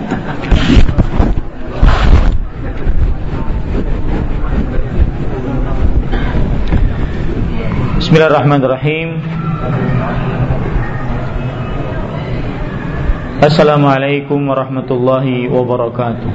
Bismillahirrahmanirrahim. Assalamualaikum warahmatullahi wabarakatuh.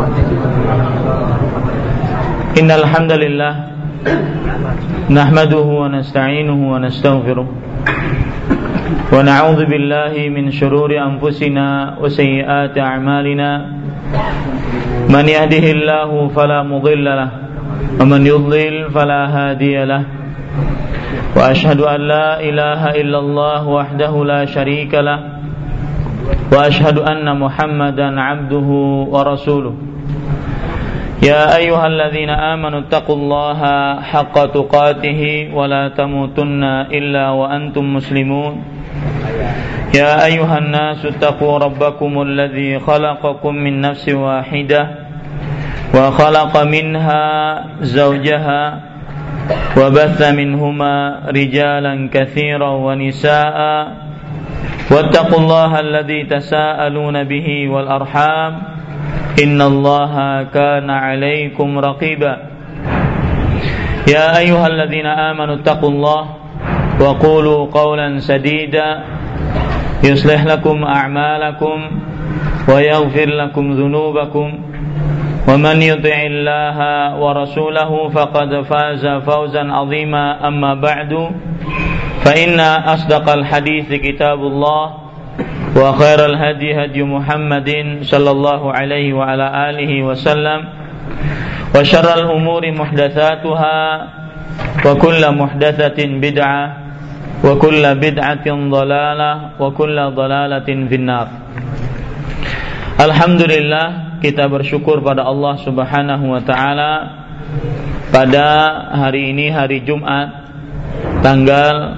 Innal hamdalillah nahmaduhu wa nasta'inuhu wa nastaghfiruh wa na'udzu billahi min shururi anfusina wa sayyiati a'malina. Man yahdihillahu fala mudilla lahu wa man yudlil fala hadiya lahu. Wa ashhadu an la ilaha illallah wahdahu la syarika lah. Wa ashhadu anna Muhammadan abduhu wa rasuluh. Ya ayyuhalladzina amanu taqullaha haqqa tuqatih wa la tamutunna illa wa antum muslimun. Ya ayyuhan nasu taqu rabbakumul ladzi khalaqakum min nafsin wahidah wa khalaqa minha zawjaha وبث منهما رجالا كثيرا ونساء واتقوا الله الذي تساءلون به والأرحام إن الله كان عليكم رقيبا يا أيها الذين آمنوا اتقوا الله وقولوا قولا سديدا يصلح لكم أعمالكم ويغفر لكم ذنوبكم ومن يطع الله ورسوله فقد فاز فوزا عظيما أما بعد فإن أصدق الحديث كتاب الله وخير الهدي هدي محمد صلى الله عليه وعلى آله وسلم وشر الأمور محدثاتها وكل محدثة بدعة وكل بدعة ضلالة وكل ضلالة في النار. Alhamdulillah, kita bersyukur pada Allah Subhanahu wa ta'ala pada hari ini, hari Jumat, tanggal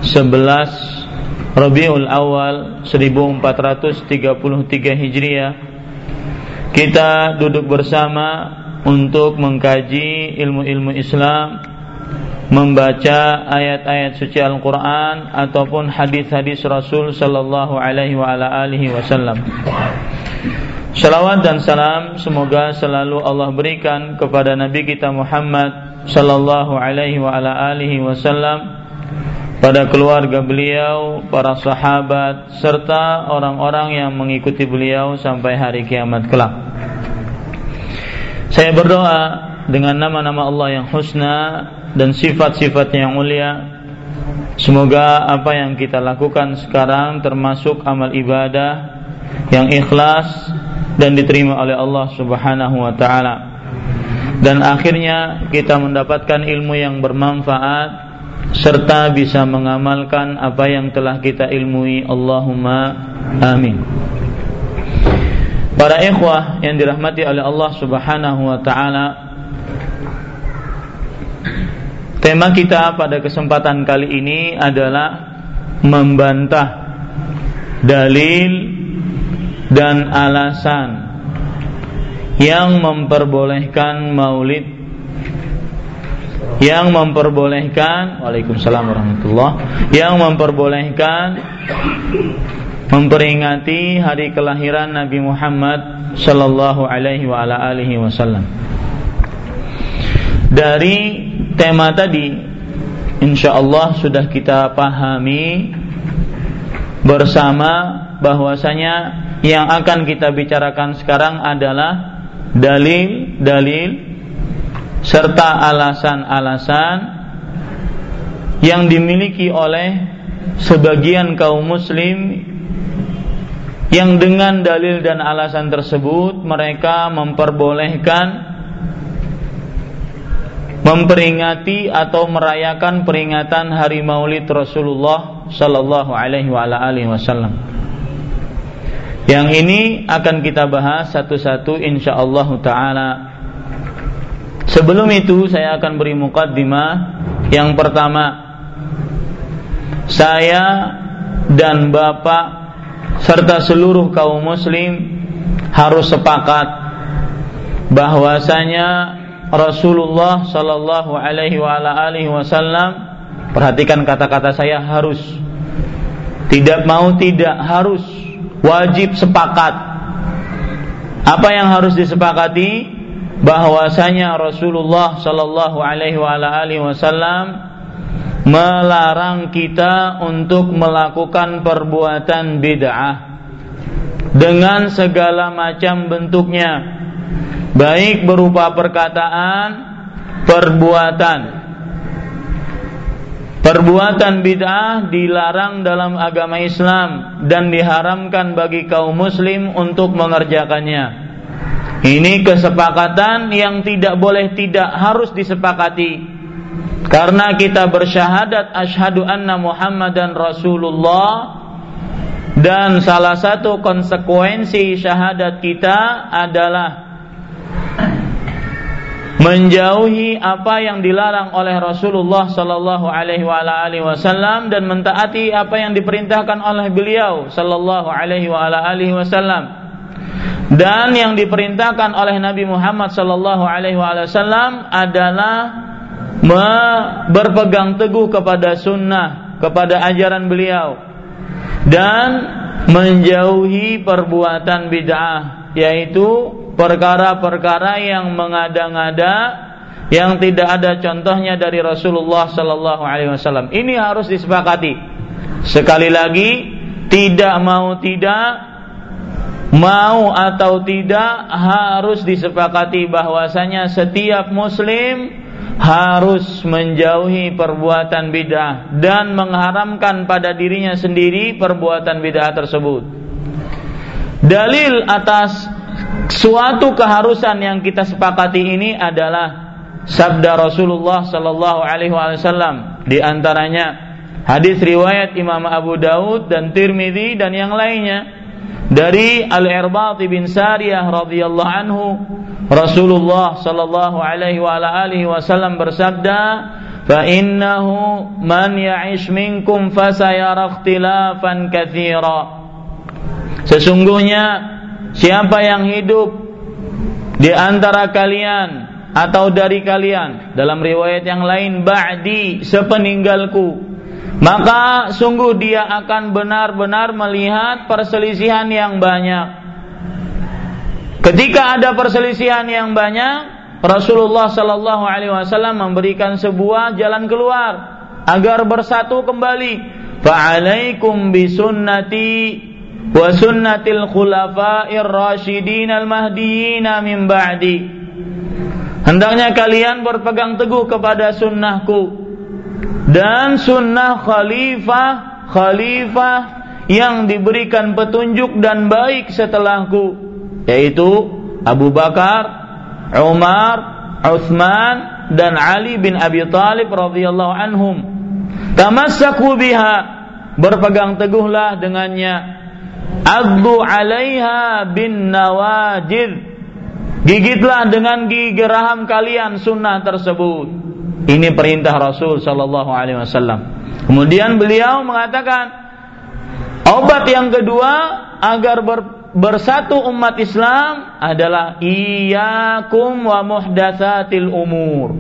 11 Rabiul Awal 1433 Hijriah. Kita duduk bersama untuk mengkaji ilmu-ilmu Islam, membaca ayat-ayat suci Al-Quran ataupun hadis-hadis Rasul sallallahu alaihi wa ala alihi wasallam. Salawat dan salam semoga selalu Allah berikan kepada Nabi kita Muhammad sallallahu alaihi wa ala alihi wasallam, pada keluarga beliau, para sahabat serta orang-orang yang mengikuti beliau sampai hari kiamat kelak. Saya berdoa dengan nama-nama Allah yang husna dan sifat-sifatnya yang mulia, semoga apa yang kita lakukan sekarang termasuk amal ibadah yang ikhlas dan diterima oleh Allah Subhanahu wa ta'ala, dan akhirnya kita mendapatkan ilmu yang bermanfaat serta bisa mengamalkan apa yang telah kita ilmui. Allahumma amin. Para ikhwah yang dirahmati oleh Allah Subhanahu wa ta'ala, tema kita pada kesempatan kali ini adalah membantah dalil dan alasan yang memperbolehkan maulid, yang memperbolehkan, waalaikumsalam warahmatullah, yang memperbolehkan memperingati hari kelahiran Nabi Muhammad sallallahu alaihi wa ala alihi wasallam. Dari tema tadi insyaallah sudah kita pahami bersama bahwasanya yang akan kita bicarakan sekarang adalah dalil-dalil serta alasan-alasan yang dimiliki oleh sebagian kaum muslim, yang dengan dalil dan alasan tersebut mereka memperbolehkan memperingati atau merayakan peringatan hari Maulid Rasulullah sallallahu alaihi wa alihi wasallam. Yang ini akan kita bahas satu-satu insyaallah taala. Sebelum itu saya akan beri muqaddimah. Yang pertama, saya dan Bapak serta seluruh kaum muslim harus sepakat bahwasanya Rasulullah sallallahu alaihi wa alihi wasallam, perhatikan kata-kata saya, harus, tidak mau tidak, harus, wajib sepakat Apa yang harus disepakati? Bahwasanya Rasulullah sallallahu alaihi wasallam melarang kita untuk melakukan perbuatan bid'ah dengan segala macam bentuknya, baik berupa perkataan, perbuatan. Perbuatan bid'ah dilarang dalam agama Islam dan diharamkan bagi kaum muslim untuk mengerjakannya. Ini kesepakatan yang tidak boleh, tidak harus disepakati. Karena kita bersyahadat asyhadu anna Muhammadan Rasulullah, dan salah satu konsekuensi syahadat kita adalah menjauhi apa yang dilarang oleh Rasulullah sallallahu alaihi wasallam dan mentaati apa yang diperintahkan oleh beliau sallallahu alaihi wasallam. Dan yang diperintahkan oleh Nabi Muhammad sallallahu alaihi wasallam adalah berpegang teguh kepada sunnah, kepada ajaran beliau, dan menjauhi perbuatan bid'ah, yaitu perkara-perkara yang mengada-ngada, yang tidak ada contohnya dari Rasulullah sallallahu alaihi wasallam. Ini harus disepakati. Sekali lagi, mau atau tidak, harus disepakati bahwasanya setiap muslim harus menjauhi perbuatan bid'ah dan mengharamkan pada dirinya sendiri perbuatan bid'ah tersebut. Dalil atas suatu keharusan yang kita sepakati ini adalah sabda Rasulullah sallallahu alaihi wasallam, di antaranya hadis riwayat Imam Abu Daud dan Tirmidzi dan yang lainnya dari Al-Irbad bin Sariyah radhiyallahu anhu, Rasulullah sallallahu alaihi wasallam bersabda, "Fa innahu man ya'ish minkum fasayara ikhtilafan katsira." Sesungguhnya siapa yang hidup di antara kalian atau dari kalian, dalam riwayat yang lain ba'di, sepeninggalku, maka sungguh dia akan benar-benar melihat perselisihan yang banyak. Ketika ada perselisihan yang banyak, Rasulullah sallallahu alaihi wasallam memberikan sebuah jalan keluar agar bersatu kembali. Fa'alaikum bisunnati wa sunnatil khulafa'ir rasyidin al-mahdiyyin min ba'di. Hendaknya kalian berpegang teguh kepada sunnahku dan sunnah khalifah yang diberikan petunjuk dan baik setelahku, yaitu Abu Bakar, Umar, Utsman dan Ali bin Abi Thalib radhiyallahu anhum. Tamassaku biha, berpegang teguhlah dengannya. Addu 'alaiha bin nawajid, gigitlah dengan gigi geraham kalian sunnah tersebut. Ini perintah Rasul sallallahu alaihi wasallam. Kemudian beliau mengatakan, obat yang kedua agar bersatu umat Islam adalah iyyakum wa muhdatsatil umur.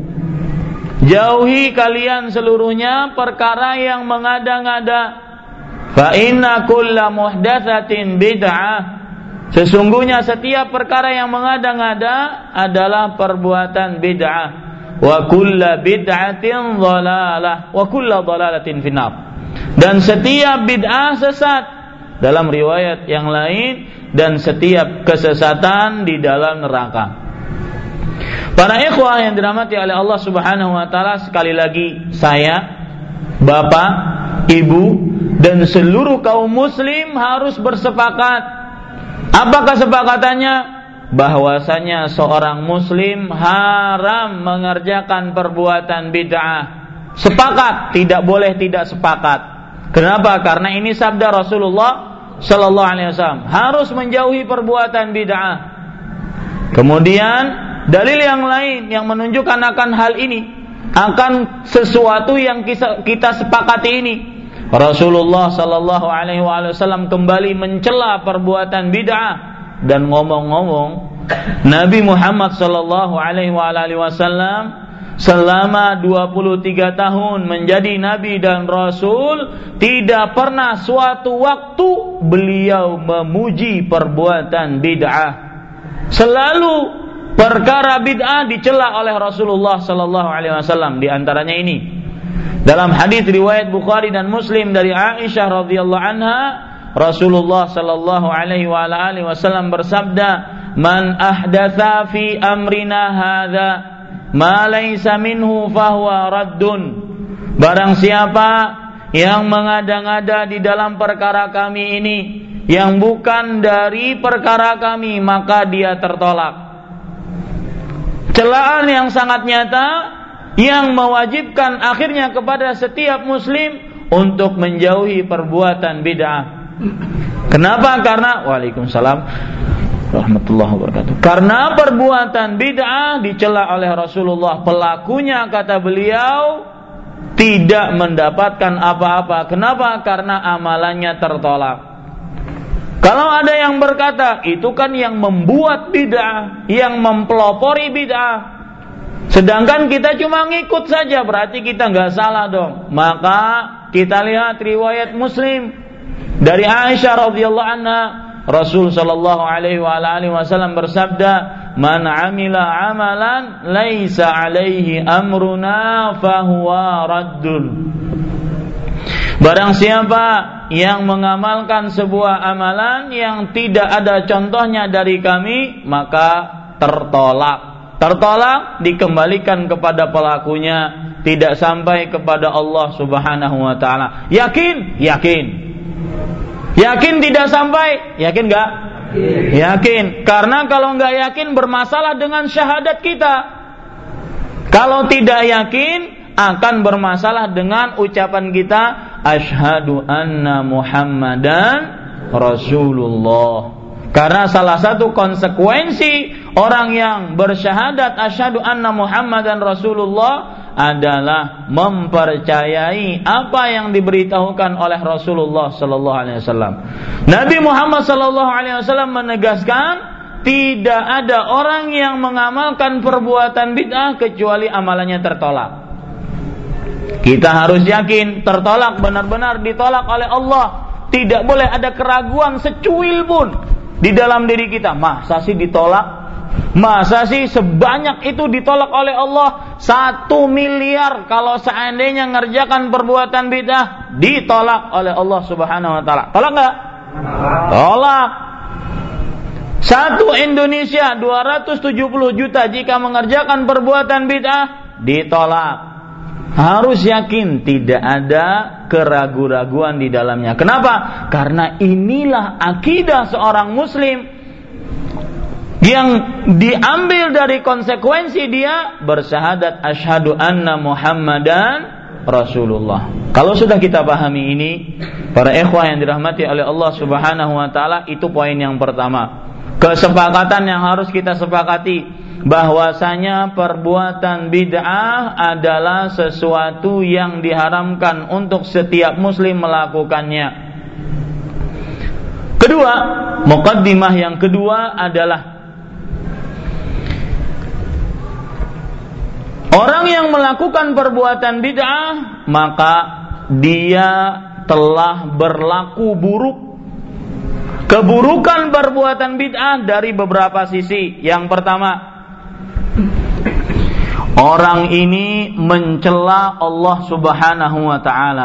Jauhi kalian seluruhnya perkara yang mengada-ngada. Fa inna kulla muhdatsatin bid'ah. Sesungguhnya setiap perkara yang mengada-ngada adalah perbuatan bid'ah. Wa kulla bid'atin dhalalah wa kulla dhalalatin finnar. Dan setiap bid'ah sesat, dalam riwayat yang lain, dan setiap kesesatan di dalam neraka. Para ikhwah yang dirahmati oleh Allah Subhanahu wa taala, sekali lagi saya, bapak, ibu dan seluruh kaum muslim harus bersepakat. Apa kesepakatannya? Bahwasanya seorang muslim haram mengerjakan perbuatan bid'ah. Sepakat, tidak boleh tidak sepakat. Kenapa? Karena ini sabda Rasulullah sallallahu alaihi wasallam, harus menjauhi perbuatan bid'ah. Kemudian dalil yang lain yang menunjukkan akan hal ini, akan sesuatu yang kita sepakati ini, Rasulullah sallallahu alaihi wasallam kembali mencela perbuatan bid'ah dan ngomong-ngomong, Nabi Muhammad sallallahu alaihi wasallam selama 23 tahun menjadi nabi dan rasul, tidak pernah suatu waktu beliau memuji perbuatan bid'ah. Selalu perkara bid'ah dicela oleh Rasulullah sallallahu alaihi wasallam. Di antaranya ini. Dalam hadis riwayat Bukhari dan Muslim dari Aisyah radhiyallahu anha, Rasulullah sallallahu alaihi wasallam bersabda, "Man ahdatsa fi amrina hadza ma laysa minhu fahuwa raddun." Barang siapa yang mengada-ngada di dalam perkara kami ini yang bukan dari perkara kami, maka dia tertolak. Celaan yang sangat nyata yang mewajibkan akhirnya kepada setiap muslim untuk menjauhi perbuatan bid'ah. Kenapa? Karena Waalaikumsalam rahmatullahi wabarakatuh. Karena perbuatan bid'ah dicela oleh Rasulullah. Pelakunya, kata beliau, tidak mendapatkan apa-apa. Kenapa? Karena amalannya tertolak. Kalau ada yang berkata, itu kan yang membuat bid'ah, yang mempelopori bid'ah, sedangkan kita cuma ngikut saja, berarti kita nggak salah dong. Maka kita lihat riwayat Muslim dari Aisyah radhiyallahu anha, Rasul sallallahu alaihi wasallam bersabda, "Man 'amila 'amalan laisa 'alaihi amruna fahuwa raddun." Barang siapa yang mengamalkan sebuah amalan yang tidak ada contohnya dari kami, maka tertolak. Tertolak dikembalikan kepada pelakunya, tidak sampai kepada Allah Subhanahu wa taala. Yakin? Yakin. Yakin tidak sampai? Yakin enggak? Yakin. Karena kalau enggak yakin bermasalah dengan syahadat kita. Kalau tidak yakin akan bermasalah dengan ucapan kita, asyhadu anna Muhammadan Rasulullah. Karena salah satu konsekuensi orang yang bersyahadat asyhadu anna Muhammadan Rasulullah adalah mempercayai apa yang diberitahukan oleh Rasulullah sallallahu alaihi wasallam. Nabi Muhammad sallallahu alaihi wasallam menegaskan, tidak ada orang yang mengamalkan perbuatan bid'ah kecuali amalannya tertolak. Kita harus yakin tertolak, benar-benar ditolak oleh Allah. Tidak boleh ada keraguan secuil pun di dalam diri kita. Masa sih ditolak? Masa sih sebanyak itu ditolak oleh Allah? 1 miliar kalau seandainya ngerjakan perbuatan bid'ah ditolak oleh Allah Subhanahu wa taala. Tolak enggak? Tolak. 1 Indonesia 270 juta jika mengerjakan perbuatan bid'ah ditolak. Harus yakin tidak ada keraguan-raguan di dalamnya. Kenapa? Karena inilah akidah seorang muslim yang diambil dari konsekuensi dia bersyahadat asyhadu anna Muhammadan Rasulullah. Kalau sudah kita pahami ini, para ikhwah yang dirahmati oleh Allah Subhanahu wa taala, itu poin yang pertama. Kesepakatan yang harus kita sepakati, bahwasanya perbuatan bid'ah adalah sesuatu yang diharamkan untuk setiap muslim melakukannya. Kedua, muqaddimah yang kedua adalah orang yang melakukan perbuatan bid'ah, maka dia telah berlaku buruk. Keburukan perbuatan bid'ah dari beberapa sisi. Yang pertama, orang ini mencela Allah Subhanahu wa taala.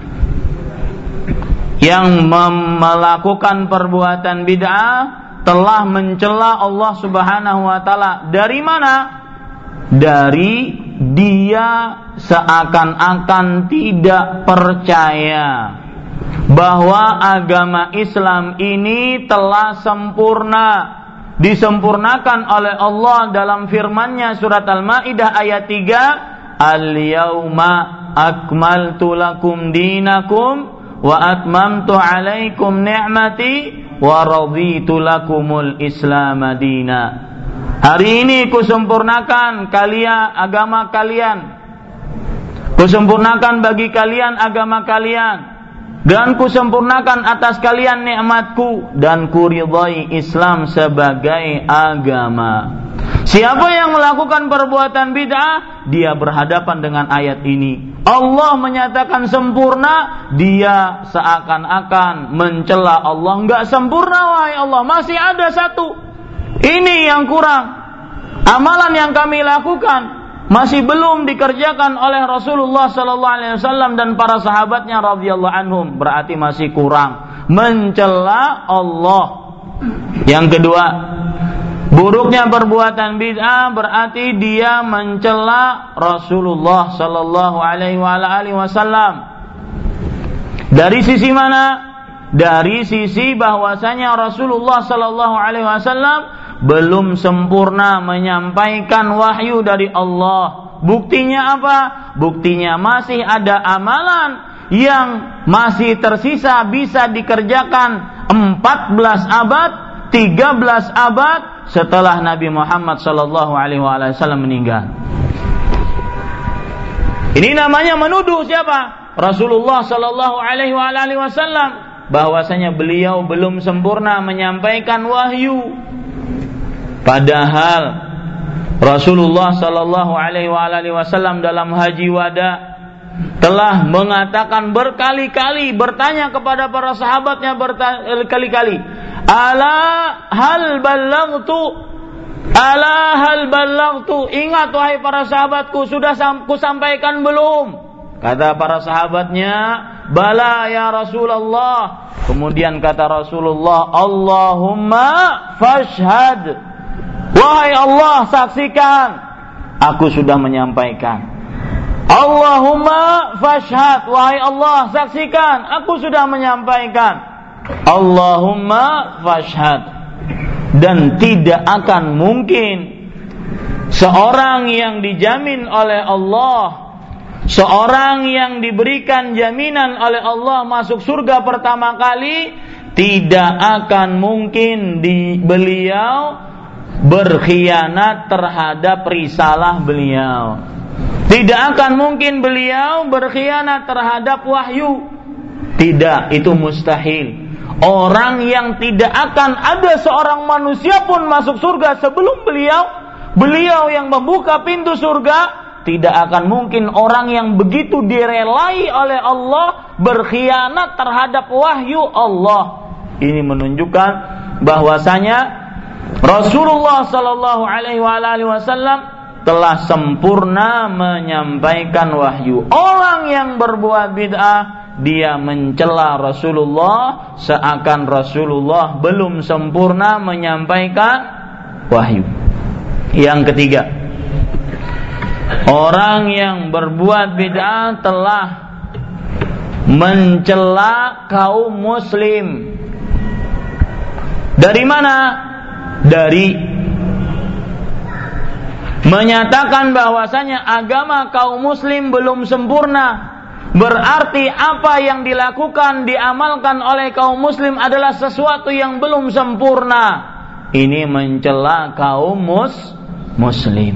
Yang melakukan perbuatan bid'ah telah mencela Allah Subhanahu wa taala. Dari mana? Dari dia seakan-akan tidak percaya bahwa agama Islam ini telah sempurna, disempurnakan oleh Allah dalam firman-Nya surat Al-Maidah ayat 3, "Al-yauma akmaltu lakum dinakum wa atmamtu 'alaikum ni'mati wa raditu lakumul Islam madina." Hari ini kusempurnakan kalian agama kalian. Kusempurnakan bagi kalian agama kalian. Dan kusempurnakan atas kalian nikmatku, dan kuridhai Islam sebagai agama. Siapa yang melakukan perbuatan bid'ah, dia berhadapan dengan ayat ini. Allah menyatakan sempurna, dia seakan-akan mencela Allah. Enggak sempurna wahai Allah, masih ada satu. Ini yang kurang. Amalan yang kami lakukan masih belum dikerjakan oleh Rasulullah sallallahu alaihi wasallam dan para sahabatnya radhiyallahu anhum, berarti masih kurang, mencela Allah. Yang kedua, buruknya perbuatan bid'ah berarti dia mencela Rasulullah sallallahu alaihi wasallam. Dari sisi mana? Dari sisi bahwasanya Rasulullah sallallahu alaihi wasallam belum sempurna menyampaikan wahyu dari Allah. Buktinya apa? Buktinya masih ada amalan yang masih tersisa bisa dikerjakan 14 abad, 13 abad setelah Nabi Muhammad sallallahu alaihi wasallam meninggal. Ini namanya menuduh siapa? Rasulullah sallallahu alaihi wasallam, bahwasanya beliau belum sempurna menyampaikan wahyu. Padahal Rasulullah sallallahu alaihi wasallam dalam haji wada telah mengatakan berkali-kali, bertanya kepada para sahabatnya berkali-kali, ala hal ballagtu, ingat wahai para sahabatku, sudah ku sampaikan belum? Kata para sahabatnya, bala ya Rasulullah. Kemudian kata Rasulullah, Allahumma fashhad, wahai Allah saksikan, aku sudah menyampaikan. Allahumma fashhad, wahai Allah saksikan, aku sudah menyampaikan. Allahumma fashhad. Dan tidak akan mungkin seorang yang dijamin oleh Allah, seorang yang diberikan jaminan oleh Allah masuk surga pertama kali, tidak akan mungkin beliau berkhianat terhadap risalah beliau. Tidak akan mungkin beliau berkhianat terhadap wahyu. Tidak, itu mustahil. Orang yang tidak akan ada seorang manusia pun masuk surga sebelum beliau yang membuka pintu surga. Tidak akan mungkin orang yang begitu direlai oleh Allah berkhianat terhadap wahyu Allah. Ini menunjukkan bahwasanya Rasulullah sallallahu alaihi wasallam telah sempurna menyampaikan wahyu. Orang yang berbuat bid'ah, dia mencela Rasulullah seakan Rasulullah belum sempurna menyampaikan wahyu. Yang ketiga, orang yang berbuat bid'ah telah mencela kaum muslim. Dari mana? Dari menyatakan bahwasanya agama kaum muslim belum sempurna. Berarti apa yang dilakukan, diamalkan oleh kaum muslim adalah sesuatu yang belum sempurna. Ini mencela kaum muslim.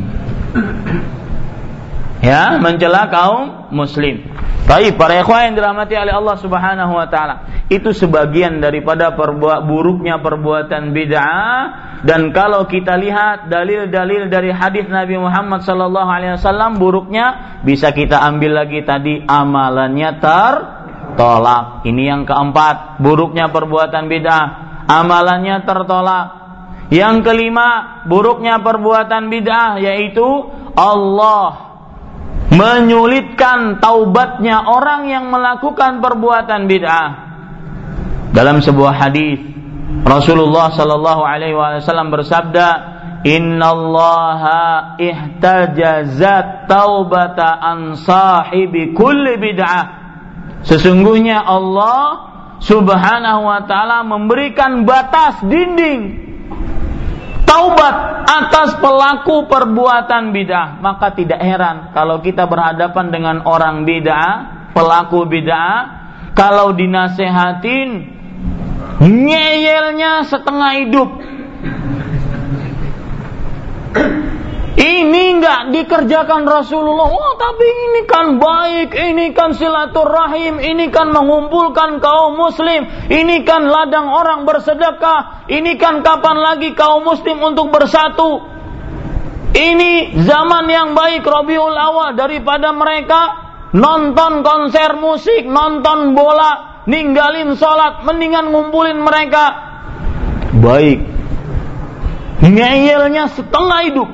Ya, mencela kaum muslim. Baik, para ikhwan yang dirahmati oleh Allah Subhanahu wa taala. Itu sebagian daripada buruknya perbuatan bid'ah. Dan kalau kita lihat dalil-dalil dari hadis Nabi Muhammad sallallahu alaihi wasallam, buruknya bisa kita ambil lagi tadi, amalannya tertolak. Ini yang keempat, buruknya perbuatan bid'ah, amalannya tertolak. Yang kelima, buruknya perbuatan bid'ah, yaitu Allah menyulitkan taubatnya orang yang melakukan perbuatan bid'ah. Dalam sebuah hadis Rasulullah sallallahu alaihi wasallam bersabda, "Innallaha ihtajazat taubata an sahibi kulli bid'ah." Sesungguhnya Allah Subhanahu wa taala memberikan batas dinding taubat atas pelaku perbuatan bid'ah. Maka tidak heran kalau kita berhadapan dengan orang bid'ah, pelaku bid'ah, kalau dinasehatin ngeyelnya setengah hidup. Ini enggak dikerjakan Rasulullah. Oh, tapi ini kan baik, ini kan silaturahim, ini kan mengumpulkan kaum muslim, ini kan ladang orang bersedekah, ini kan kapan lagi kaum muslim untuk bersatu. Ini zaman yang baik, Rabiul Awal, daripada mereka nonton konser musik, nonton bola, ninggalin sholat, mendingan ngumpulin mereka. Baik. ngeyelnya setengah hidup.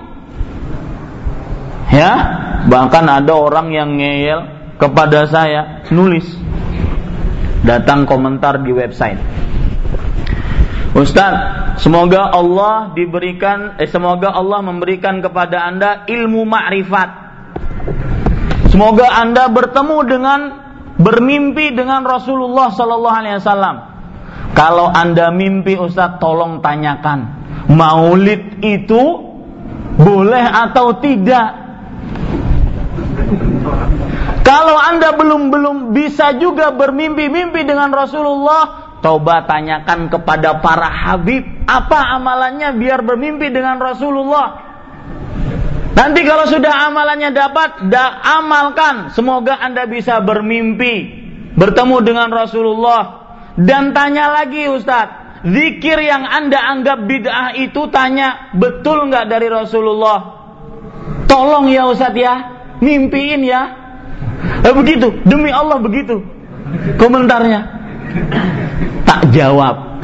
Ya, bahkan ada orang yang ngeyel kepada saya, nulis, datang komentar di website. Ustaz, semoga Allah memberikan kepada Anda ilmu ma'rifat. Semoga Anda bermimpi dengan Rasulullah sallallahu alaihi wasallam. Kalau Anda mimpi, Ustaz, tolong tanyakan, maulid itu boleh atau tidak? Kalau Anda belum bisa juga bermimpi-mimpi dengan Rasulullah, coba tanyakan kepada para habib, apa amalannya biar bermimpi dengan Rasulullah. Nanti kalau sudah amalannya dapat, amalkan. Semoga Anda bisa bermimpi bertemu dengan Rasulullah. Dan tanya lagi, Ustaz, zikir yang Anda anggap bid'ah itu, tanya, betul nggak dari Rasulullah? Tolong ya Ustaz ya, mimpiin ya. Begitu, demi Allah begitu komentarnya. Tak jawab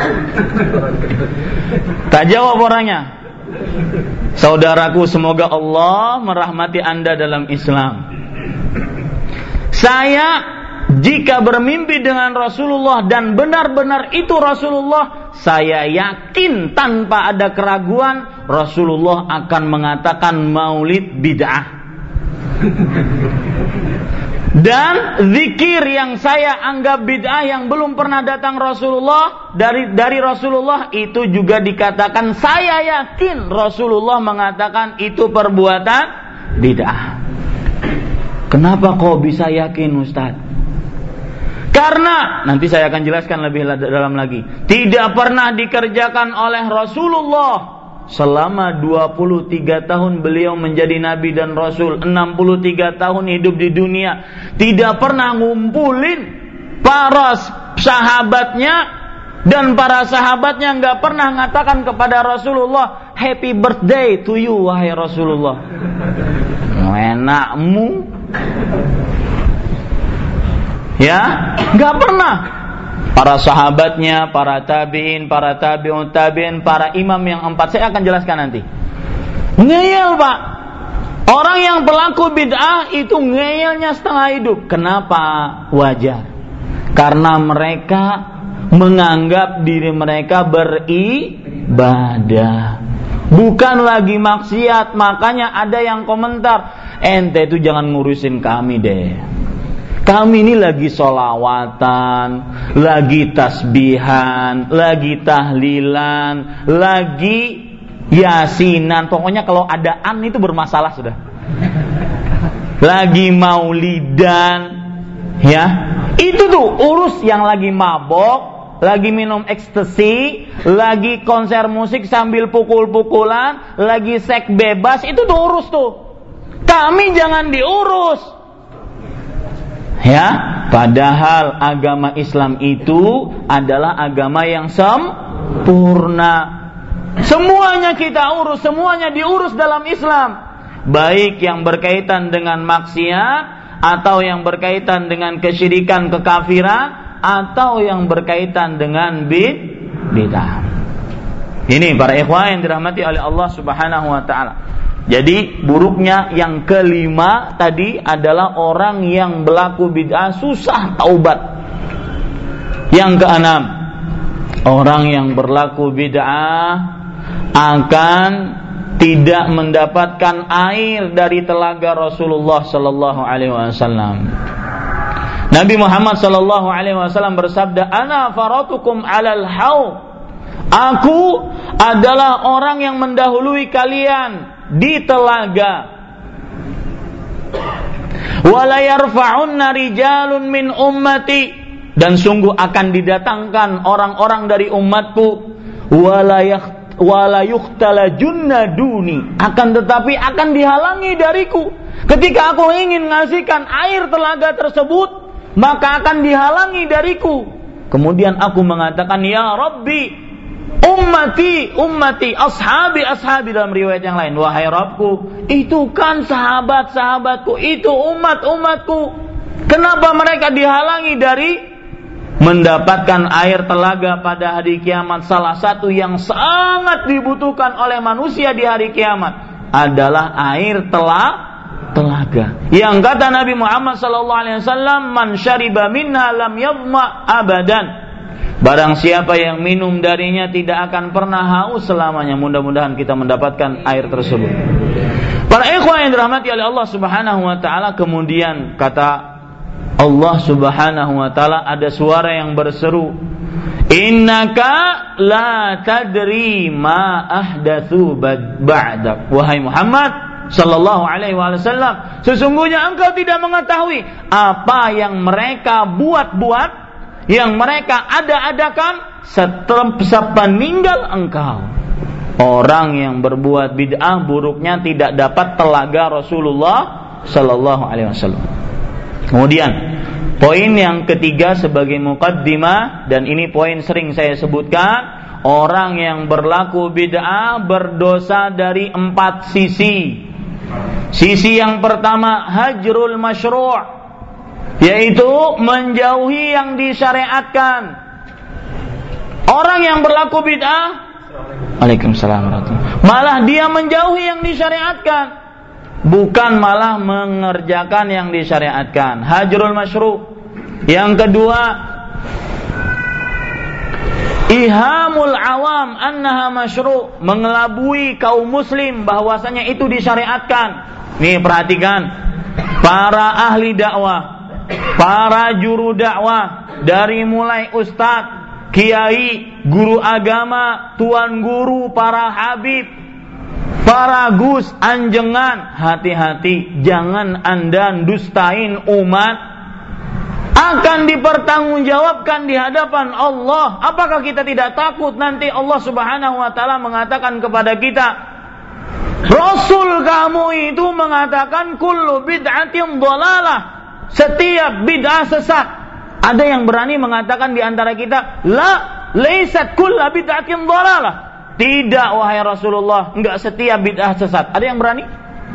orangnya. Saudaraku, semoga Allah merahmati Anda dalam Islam. Saya jika bermimpi dengan Rasulullah dan benar-benar itu Rasulullah, saya yakin tanpa ada keraguan Rasulullah akan mengatakan maulid bid'ah. Dan zikir yang saya anggap bid'ah yang belum pernah datang Rasulullah dari Rasulullah, itu juga dikatakan saya yakin Rasulullah mengatakan itu perbuatan bid'ah. Kenapa kok bisa yakin, Ustaz? Karena nanti saya akan jelaskan lebih dalam lagi. Tidak pernah dikerjakan oleh Rasulullah selama 23 tahun beliau menjadi nabi dan rasul, 63 tahun hidup di dunia, tidak pernah ngumpulin para sahabatnya, dan para sahabatnya enggak pernah mengatakan kepada Rasulullah, happy birthday to you wahai Rasulullah. Enakmu. Ya, enggak pernah. Para sahabatnya, para tabi'in, para tabi'un tabi'in, para imam yang 4, saya akan jelaskan nanti. Ngeyel, Pak. Orang yang pelaku bid'ah itu ngeyelnya setengah hidup. Kenapa? Wajar. Karena mereka menganggap diri mereka beribadah, bukan lagi maksiat. Makanya ada yang komentar, ente itu jangan ngurusin kami deh. Kami ini lagi sholawatan, lagi tasbihan, lagi tahlilan, lagi yasinan. Pokoknya kalau ada an itu bermasalah sudah. Lagi maulidan, ya. Itu tuh urus yang lagi mabok, lagi minum ekstasi, lagi konser musik sambil pukul-pukulan, lagi seks bebas, itu tuh urus tuh. Kami jangan diurus. Ya, padahal agama Islam itu adalah agama yang sempurna. Semuanya kita urus, semuanya diurus dalam Islam. Baik yang berkaitan dengan maksiat, atau yang berkaitan dengan kesyirikan, kekafiran, atau yang berkaitan dengan bid'ah. Ini para ikhwan yang dirahmati oleh Allah Subhanahu wa taala. Jadi buruknya yang kelima tadi adalah orang yang berlaku bid'ah susah taubat. Yang keenam, orang yang berlaku bid'ah akan tidak mendapatkan air dari telaga Rasulullah sallallahu alaihi wasallam. Nabi Muhammad sallallahu alaihi wasallam bersabda, "Ana faratukum 'alal haud." Aku adalah orang yang mendahului kalian di telaga. Wala yarfa'unna rijalun min ummati, dan sungguh akan didatangkan orang-orang dari umatku, wala yukhtalajunna duni, akan tetapi akan dihalangi dariku. Ketika aku ingin ngasihkan air telaga tersebut, maka akan dihalangi dariku. Kemudian aku mengatakan, ya Rabbi, ummati, ashabi dalam riwayat yang lain. Wahai Rabbku, itu kan sahabat-sahabatku, itu umat-umatku. Kenapa mereka dihalangi dari mendapatkan air telaga pada hari kiamat, salah satu yang sangat dibutuhkan oleh manusia di hari kiamat adalah air telaga. Yang kata Nabi Muhammad SAW, man syariba minha lam yadhma abadan. Barang siapa yang minum darinya tidak akan pernah haus selamanya. Mudah-mudahan kita mendapatkan air tersebut. Para ikhwan yang dirahmati oleh Allah Subhanahu wa taala, kemudian kata Allah Subhanahu wa taala, ada suara yang berseru, innaka la tadri ma ahdatsu ba'dak. Wahai Muhammad sallallahu alaihi wasallam, sesungguhnya engkau tidak mengetahui apa yang mereka buat-buat, yang mereka ada-adakan sepeninggal engkau. Orang yang berbuat bid'ah buruknya tidak dapat telaga Rasulullah sallallahu alaihi wasallam. Kemudian poin yang ketiga sebagai muqaddimah, dan ini poin sering saya sebutkan, orang yang berlaku bid'ah berdosa dari 4 sisi. Sisi yang pertama hajrul masyru', yaitu menjauhi yang disyariatkan. Orang yang berlaku bid'ah, Waalaikumsalam warahmatullahi, malah dia menjauhi yang disyariatkan, bukan malah mengerjakan yang disyariatkan. Hajrul masyru'. Yang kedua, ihamul awam annaha masyru', mengelabui kaum muslim bahwasanya itu disyariatkan. Nih perhatikan, para ahli dakwah, para juru dakwah, dari mulai ustadz, kiai, guru agama, tuan guru, para habib, para gus, anjengan, hati-hati, jangan Anda dustain umat, akan dipertanggungjawabkan di hadapan Allah. Apakah kita tidak takut nanti Allah Subhanahu wa taala mengatakan kepada kita, Rasul kamu itu mengatakan kullu bid'atin dhalalah, setiap bid'ah sesat. Ada yang berani mengatakan di antara kita, la laysat kullu bid'atin dhalalah. Tidak wahai Rasulullah, enggak setiap bid'ah sesat. Ada yang berani?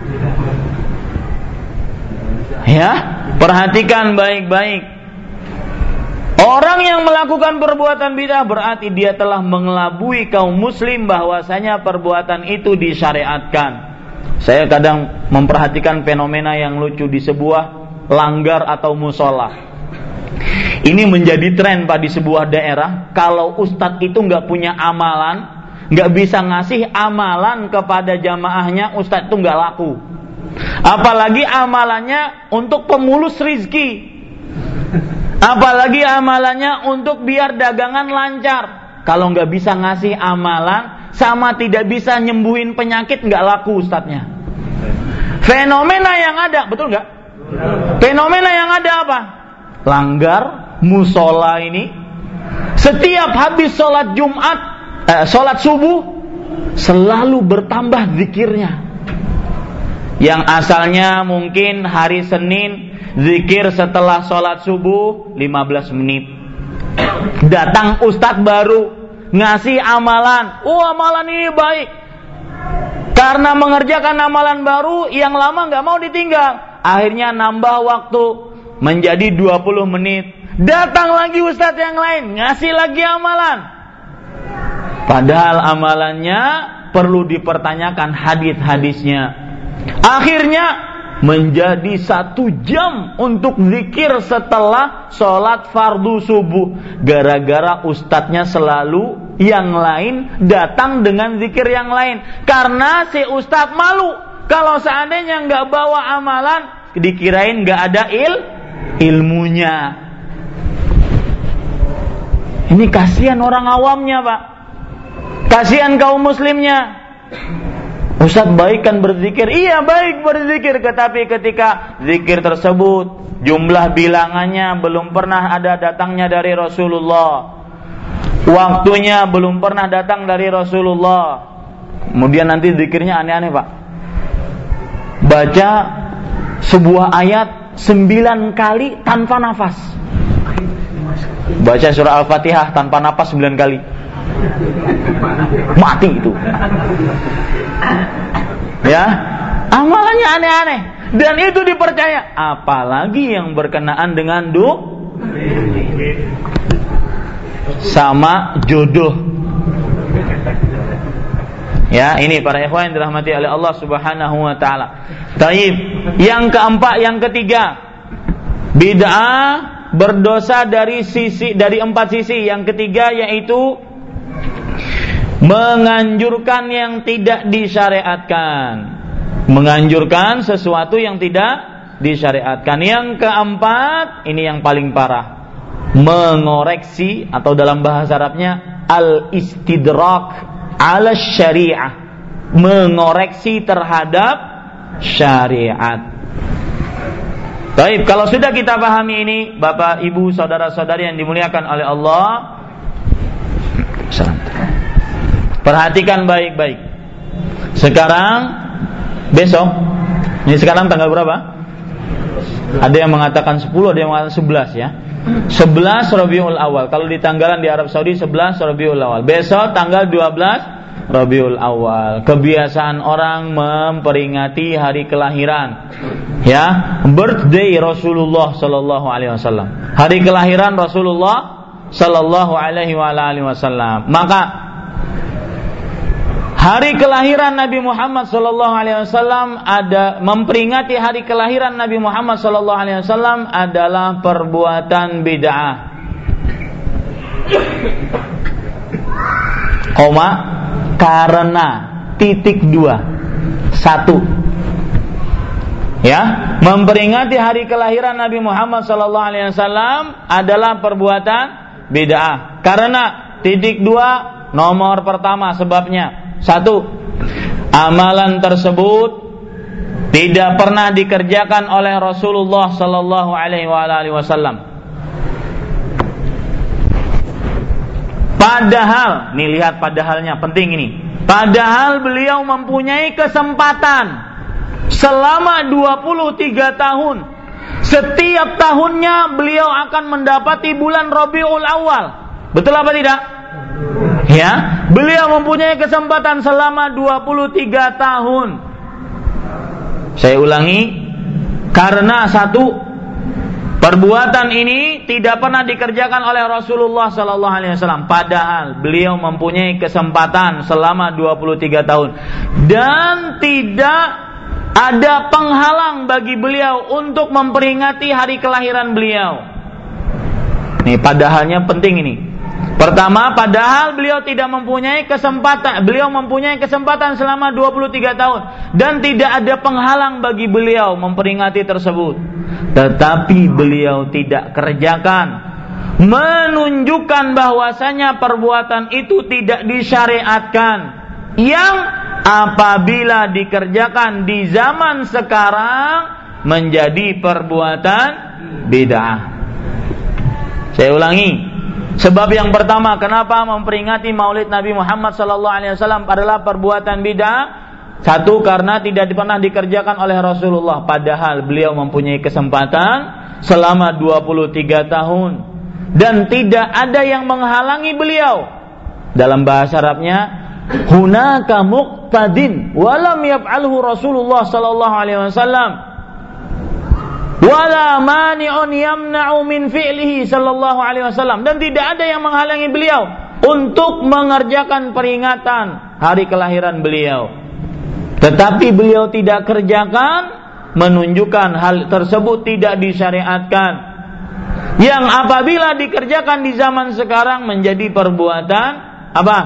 Ya, perhatikan baik-baik. Orang yang melakukan perbuatan bid'ah berarti dia telah mengelabui kaum muslim bahwasanya perbuatan itu disyariatkan. Saya kadang memperhatikan fenomena yang lucu di sebuah langgar atau musola. Ini menjadi tren Pak di sebuah daerah. Kalau ustadz itu nggak punya amalan, nggak bisa ngasih amalan kepada jamaahnya, ustadz itu nggak laku. Apalagi amalannya untuk pemulus rizki, apalagi amalannya untuk biar dagangan lancar. Kalau nggak bisa ngasih amalan, sama tidak bisa nyembuhin penyakit, nggak laku ustadznya. Fenomena yang ada, betul nggak? Fenomena yang ada apa? Langgar, musola ini, setiap habis sholat Jumat, sholat subuh, selalu bertambah zikirnya. Yang asalnya mungkin hari Senin, zikir setelah sholat subuh 15 menit. Datang ustadz baru, ngasih amalan. Oh, amalan ini baik. Karena mengerjakan amalan baru, yang lama gak mau ditinggal. Akhirnya nambah waktu menjadi 20 menit. Datang lagi ustadz yang lain, ngasih lagi amalan. Padahal amalannya perlu dipertanyakan hadis-hadisnya. Akhirnya menjadi 1 jam untuk zikir setelah sholat fardu subuh. Gara-gara ustadznya selalu yang lain datang dengan zikir yang lain. Karena si ustadz malu kalau seandainya gak bawa amalan, dikirain gak ada ilmunya. Ini kasihan orang awamnya Pak, kasihan kaum muslimnya. Ustaz baik kan berzikir, iya baik berzikir, tetapi ketika zikir tersebut jumlah bilangannya belum pernah ada datangnya dari Rasulullah, waktunya belum pernah datang dari Rasulullah, kemudian nanti zikirnya aneh-aneh Pak. Baca sebuah ayat 9 kali tanpa nafas, baca surah Al-Fatihah tanpa nafas 9 kali, mati itu. Ya, amalannya aneh-aneh dan itu dipercaya. Apalagi yang berkenaan dengan sama jodoh. Ya, ini para ikhwan yang dirahmati oleh Allah Subhanahu wa taala. Taib. Yang keempat, yang ketiga, bid'ah berdosa dari 4 sisi. Yang ketiga yaitu menganjurkan yang tidak disyariatkan. Menganjurkan sesuatu yang tidak disyariatkan. Yang keempat, ini yang paling parah, mengoreksi atau dalam bahasa Arabnya al-istidrak ala syariah, mengoreksi terhadap syariat. Baik, kalau sudah kita pahami ini, Bapak, Ibu, saudara-saudari yang dimuliakan oleh Allah, perhatikan baik-baik. Sekarang, besok, ini sekarang tanggal berapa? Ada yang mengatakan 10, ada yang mengatakan 11 ya. 11 Rabiul Awal. Kalau di tanggalan di Arab Saudi 11 Rabiul Awal. Besok tanggal 12 Rabiul Awal. Kebiasaan orang memperingati hari kelahiran, ya, birthday Rasulullah sallallahu alaihi wasallam. Hari kelahiran Rasulullah sallallahu alaihi wasallam. Maka hari kelahiran Nabi Muhammad sallallahu alaihi wasallam memperingati hari kelahiran Nabi Muhammad sallallahu alaihi wasallam adalah perbuatan bid'ah. Karena 1. Ya, memperingati hari kelahiran Nabi Muhammad sallallahu alaihi wasallam adalah perbuatan bid'ah. Karena 2, nomor pertama sebabnya. 1, amalan tersebut tidak pernah dikerjakan oleh Rasulullah sallallahu alaihi wasallam. Padahal, nih lihat padahalnya, penting ini. Padahal beliau mempunyai kesempatan selama 23 tahun. Setiap tahunnya beliau akan mendapati bulan Rabiul Awal. Betul apa tidak? Ya, beliau mempunyai kesempatan selama 23 tahun. Saya ulangi, karena 1, perbuatan ini tidak pernah dikerjakan oleh Rasulullah sallallahu alaihi wasallam, padahal beliau mempunyai kesempatan selama 23 tahun dan tidak ada penghalang bagi beliau untuk memperingati hari kelahiran beliau. Nih, padahalnya penting ini. Pertama, padahal beliau tidak mempunyai kesempatan, beliau mempunyai kesempatan selama 23 tahun dan tidak ada penghalang bagi beliau memperingati tersebut. Tetapi beliau tidak kerjakan, menunjukkan bahwasanya perbuatan itu tidak disyariatkan, yang apabila dikerjakan di zaman sekarang menjadi perbuatan bid'ah. Saya ulangi. Sebab yang pertama, kenapa memperingati Maulid Nabi Muhammad sallallahu alaihi wasallam adalah perbuatan bid'ah? 1, karena tidak pernah dikerjakan oleh Rasulullah, padahal beliau mempunyai kesempatan selama 23 tahun dan tidak ada yang menghalangi beliau. Dalam bahasa Arabnya, hunaka muqtadin wa lam yaf'alhu Rasulullah sallallahu alaihi wasallam. Wala mani'un yamna'u min fi'lihi sallallahu alaihi wasallam, dan tidak ada yang menghalangi beliau untuk mengerjakan peringatan hari kelahiran beliau. Tetapi beliau tidak kerjakan, menunjukkan hal tersebut tidak disyariatkan, yang apabila dikerjakan di zaman sekarang menjadi perbuatan apa?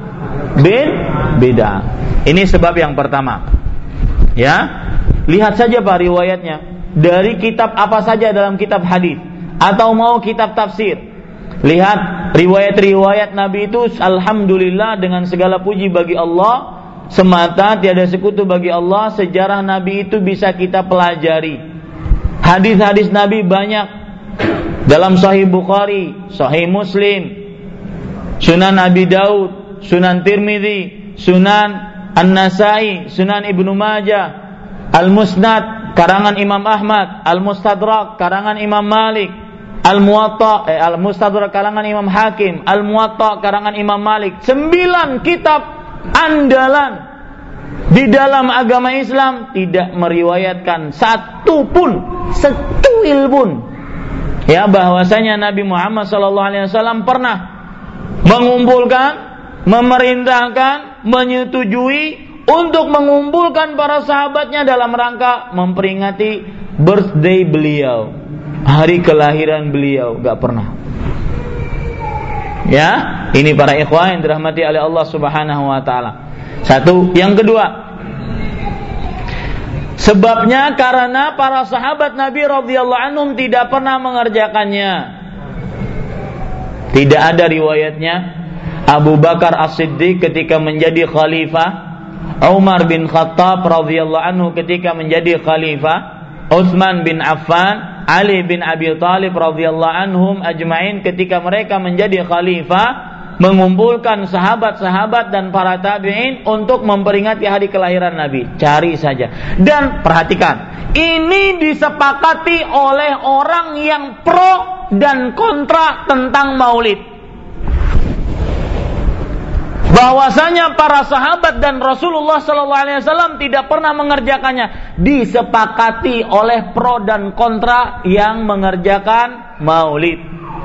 Bid'ah. Ini sebab yang pertama. Ya, lihat saja Pak riwayatnya. Dari kitab apa saja dalam kitab hadis atau mau kitab tafsir, lihat riwayat-riwayat Nabi itu, alhamdulillah, dengan segala puji bagi Allah semata, tiada sekutu bagi Allah. Sejarah Nabi itu bisa kita pelajari. Hadis-hadis Nabi banyak dalam Sahih Bukhari, Sahih Muslim, Sunan Abi Daud, Sunan Tirmidzi, Sunan An-Nasai, Sunan Ibnu Majah, Al-Musnad karangan Imam Ahmad, Al-Mustadrak karangan Imam Malik, Al-Muwatta Al-Mustadrak karangan Imam Hakim, Al-Muwatta karangan Imam Malik. 9 kitab andalan di dalam agama Islam tidak meriwayatkan satu pun, secuil pun, ya, bahwasanya Nabi Muhammad sallallahu alaihi wasallam pernah mengumpulkan, memerintahkan, menyetujui untuk mengumpulkan para sahabatnya dalam rangka memperingati birthday beliau, hari kelahiran beliau. Gak pernah. Ya, ini para ikhwan yang dirahmati oleh Allah Subhanahu wa taala. Satu, yang kedua, sebabnya karena para sahabat Nabi radhiyallahu anhum tidak pernah mengerjakannya. Tidak ada riwayatnya Abu Bakar As-Siddiq ketika menjadi khalifah, Umar bin Khattab radhiyallahu anhu ketika menjadi khalifah, Utsman bin Affan, Ali bin Abi Thalib radhiyallahu anhum ajmain ketika mereka menjadi khalifah, mengumpulkan sahabat-sahabat dan para tabi'in untuk memperingati hari kelahiran Nabi. Cari saja. Dan perhatikan, ini disepakati oleh orang yang pro dan kontra tentang maulid. Bahwasanya para sahabat dan Rasulullah SAW tidak pernah mengerjakannya, disepakati oleh pro dan kontra yang mengerjakan maulid.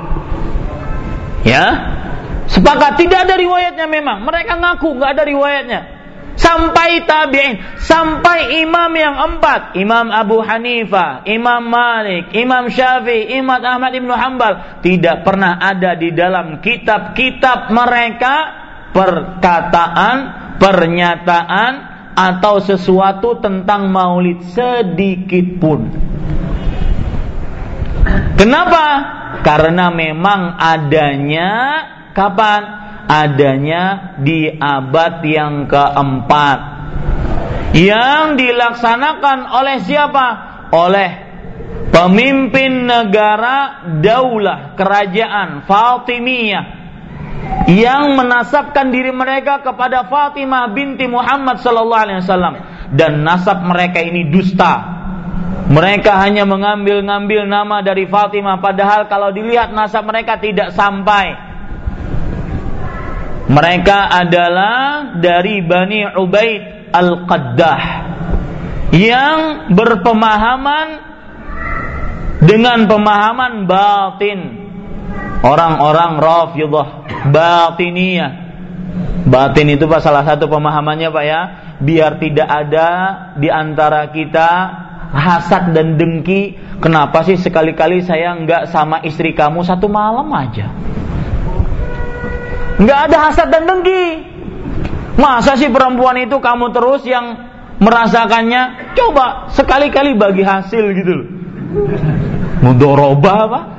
Ya, sepakat. Tidak ada riwayatnya memang. Mereka ngaku nggak ada riwayatnya. Sampai tabi'in, sampai imam yang empat, Imam Abu Hanifah, Imam Malik, Imam Syafi'i, Imam Ahmad ibn Hanbal, tidak pernah ada di dalam kitab-kitab mereka perkataan, pernyataan atau sesuatu tentang maulid sedikit pun. Kenapa? Karena memang adanya kapan? Adanya di abad yang keempat, yang dilaksanakan oleh siapa? Oleh pemimpin negara daulah kerajaan Fatimiyah yang menasabkan diri mereka kepada Fatimah binti Muhammad sallallahu alaihi wasallam, dan nasab mereka ini dusta. Mereka hanya mengambil-ngambil nama dari Fatimah, padahal kalau dilihat nasab mereka tidak sampai. Mereka adalah dari Bani Ubaid Al-Qaddah yang berpemahaman dengan pemahaman batin. Orang-orang Rafidhah Batiniyah. Batin itu Pak, salah satu pemahamannya Pak ya, biar tidak ada di antara kita hasad dan dengki. Kenapa sih sekali-kali saya enggak sama istri kamu satu malam aja? Enggak ada hasad dan dengki. Masa sih perempuan itu kamu terus yang merasakannya? Coba sekali-kali bagi hasil gitu loh. Mudharabah Pak.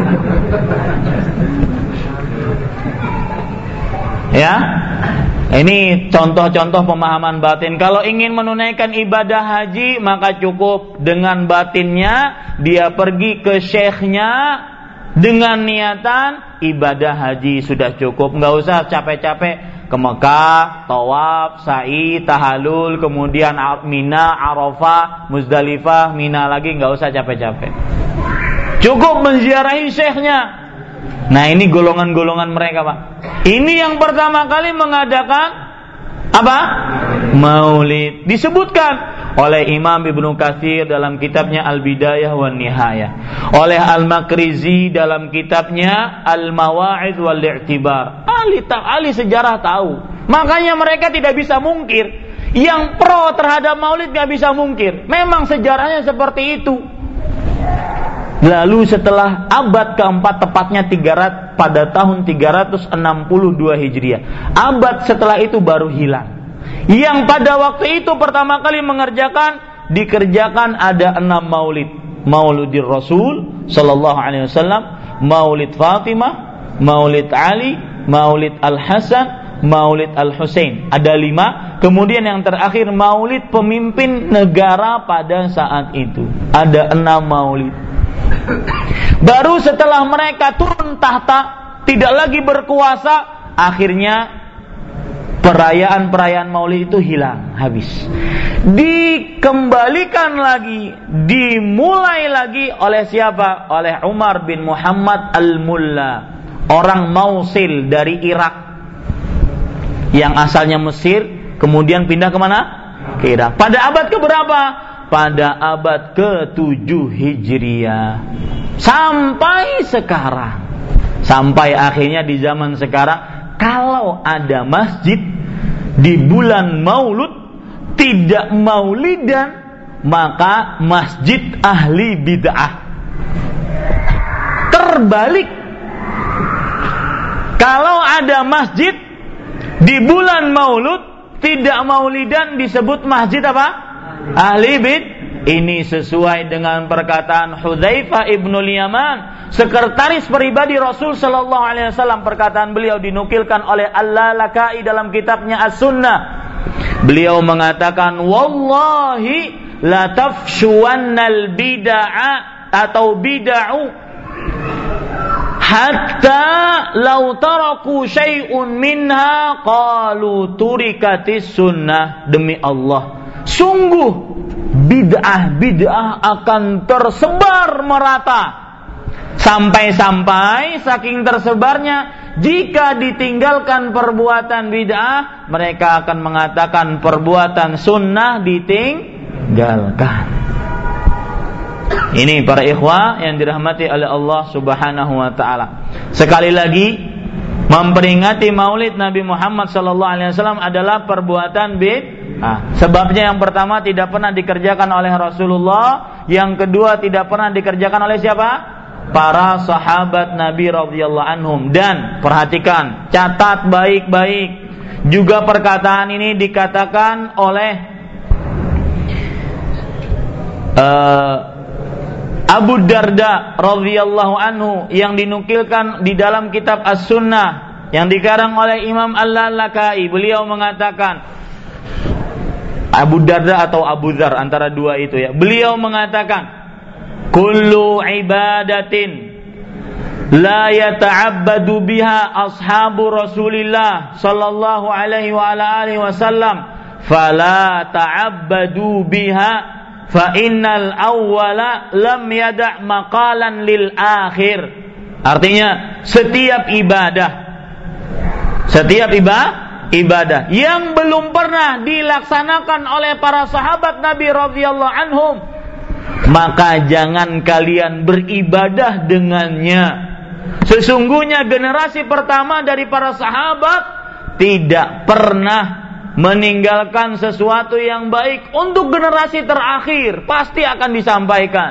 Ya, ini contoh-contoh pemahaman batin. Kalau ingin menunaikan ibadah haji, maka cukup dengan batinnya. Dia pergi ke syekhnya dengan niatan ibadah haji, sudah cukup. Nggak usah capek-capek ke Mekah, tawaf, sa'i, tahallul, kemudian Mina, Arafah, Muzdalifah, Mina lagi. Nggak usah capek-capek. Cukup menziarahi syekhnya. Nah, ini golongan-golongan mereka Pak. Ini yang pertama kali mengadakan apa? Maulid. Disebutkan oleh Imam Ibnu Katsir dalam kitabnya Al-Bidayah wan Nihayah, oleh Al-Makrizi dalam kitabnya Al-Mawa'id wal I'tibar. Ahli sejarah tahu. Makanya mereka tidak bisa mungkir. Yang pro terhadap maulid gak bisa mungkir. Memang sejarahnya seperti itu. Lalu setelah abad keempat, tepatnya pada tahun 362 Hijriah, abad setelah itu baru hilang. Yang pada waktu itu pertama kali dikerjakan ada 6 maulid. Maulidir Rasul sallallahu alaihi wasallam, Maulid Fatimah, Maulid Ali, Maulid Al-Hasan, Maulid Al-Husain. Ada 5. Kemudian yang terakhir Maulid pemimpin negara pada saat itu. Ada 6 maulid. Baru setelah mereka turun tahta, tidak lagi berkuasa, akhirnya perayaan-perayaan maulid itu hilang, habis. Dikembalikan lagi, dimulai lagi oleh siapa? Oleh Umar bin Muhammad Al-Mulla, orang Mausil dari Irak, yang asalnya Mesir, kemudian pindah kemana? Ke Irak. Pada abad keberapa? Pada abad ke-7 Hijriah. Sampai sekarang Sampai akhirnya di zaman sekarang, kalau ada masjid di bulan Maulud tidak maulidan, maka masjid ahli bid'ah. Terbalik, kalau ada masjid di bulan Maulud tidak maulidan, disebut masjid apa? Ahli bid'ah. Ini sesuai dengan perkataan Hudzaifah ibnul Yaman, sekretaris pribadi Rasul sallallahu alaihi wasallam. Perkataan beliau dinukilkan oleh Al-Lalaka'i dalam kitabnya As-Sunnah. Beliau mengatakan, wallahi la tafshuwannal bid'a atau bid'u hatta law taraku syai'un minha qalu turikatis sunnah. Demi Allah, sungguh bid'ah akan tersebar merata, sampai-sampai saking tersebarnya, jika ditinggalkan perbuatan bid'ah, mereka akan mengatakan perbuatan sunnah ditinggalkan. Ini para ikhwah yang dirahmati oleh Allah Subhanahu wa taala. Sekali lagi, memperingati Maulid Nabi Muhammad sallallahu alaihi wasallam adalah perbuatan bid'ah. Sebabnya yang pertama tidak pernah dikerjakan oleh Rasulullah, yang kedua tidak pernah dikerjakan oleh siapa? Para sahabat Nabi radhiyallahu anhum. Dan perhatikan, catat baik-baik, juga perkataan ini dikatakan oleh Abu Darda radhiyallahu anhu, yang dinukilkan di dalam kitab As-Sunnah yang dikarang oleh Imam Al-Lalaka'i. Beliau mengatakan, Abu Darda atau Abu Dzar, antara dua itu ya. Beliau mengatakan, kullu ibadatin la yata'abbadu biha ashabu Rasulillah sallallahu alaihi wa ala alihi wasallam fala ta'abbadu biha fa innal awwala lam yada' maqalan lil akhir. Artinya, setiap ibadah yang belum pernah dilaksanakan oleh para sahabat Nabi radhiyallahu anhum, maka jangan kalian beribadah dengannya. Sesungguhnya generasi pertama dari para sahabat tidak pernah meninggalkan sesuatu yang baik untuk generasi terakhir, pasti akan disampaikan.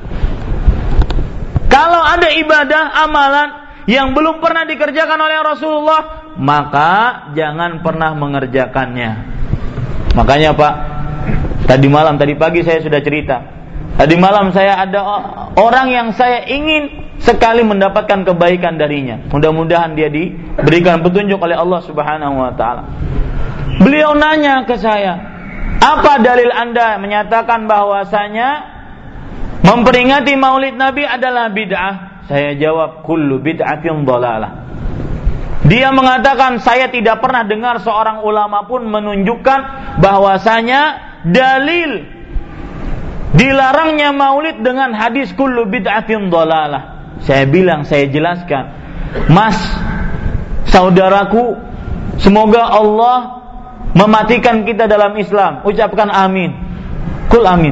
Kalau ada ibadah, amalan yang belum pernah dikerjakan oleh Rasulullah, maka jangan pernah mengerjakannya. Makanya Pak, tadi pagi saya sudah cerita. Tadi malam saya ada orang yang saya ingin sekali mendapatkan kebaikan darinya. Mudah-mudahan dia diberikan petunjuk oleh Allah Subhanahu wa taala. Beliau nanya ke saya, apa dalil Anda menyatakan bahwasanya memperingati Maulid Nabi adalah bid'ah? Saya jawab, kullu bid'atin dhalalah. Dia mengatakan, saya tidak pernah dengar seorang ulama pun menunjukkan bahwasanya dalil dilarangnya Maulid dengan hadis kullu bid'atin dhalalah. Saya bilang, saya jelaskan, Mas, saudaraku, semoga Allah mematikan kita dalam Islam. Ucapkan amin. Kul amin.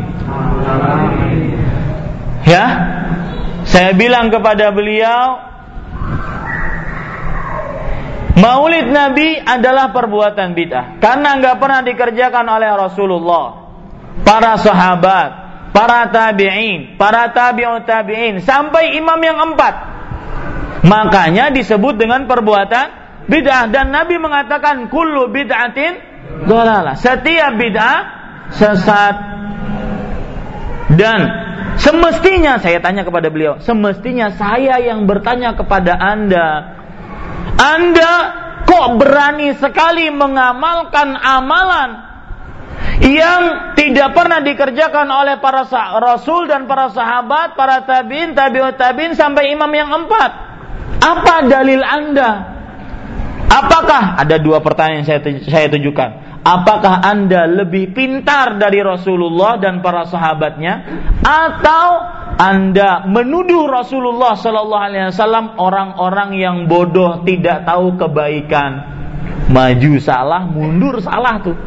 Ya, saya bilang kepada beliau, Maulid Nabi adalah perbuatan bid'ah karena enggak pernah dikerjakan oleh Rasulullah, para sahabat, para tabi'in, para tabi'ut tabi'in, sampai imam yang 4. Makanya disebut dengan perbuatan bid'ah. Dan Nabi mengatakan kullu bid'atin dhalalah. Setiap bid'ah sesat. Dan semestinya saya tanya kepada beliau, semestinya saya yang bertanya kepada Anda kok berani sekali mengamalkan amalan yang tidak pernah dikerjakan oleh para Rasul dan para sahabat, para tabi'in, tabi'ut tabi'in, sampai imam yang 4. Apa dalil Anda? Apakah, ada dua pertanyaan yang saya tunjukkan. Apakah Anda lebih pintar dari Rasulullah dan para sahabatnya, atau Anda menuduh Rasulullah sallallahu alaihi wasallam orang-orang yang bodoh, tidak tahu kebaikan, maju salah, mundur salah tuh.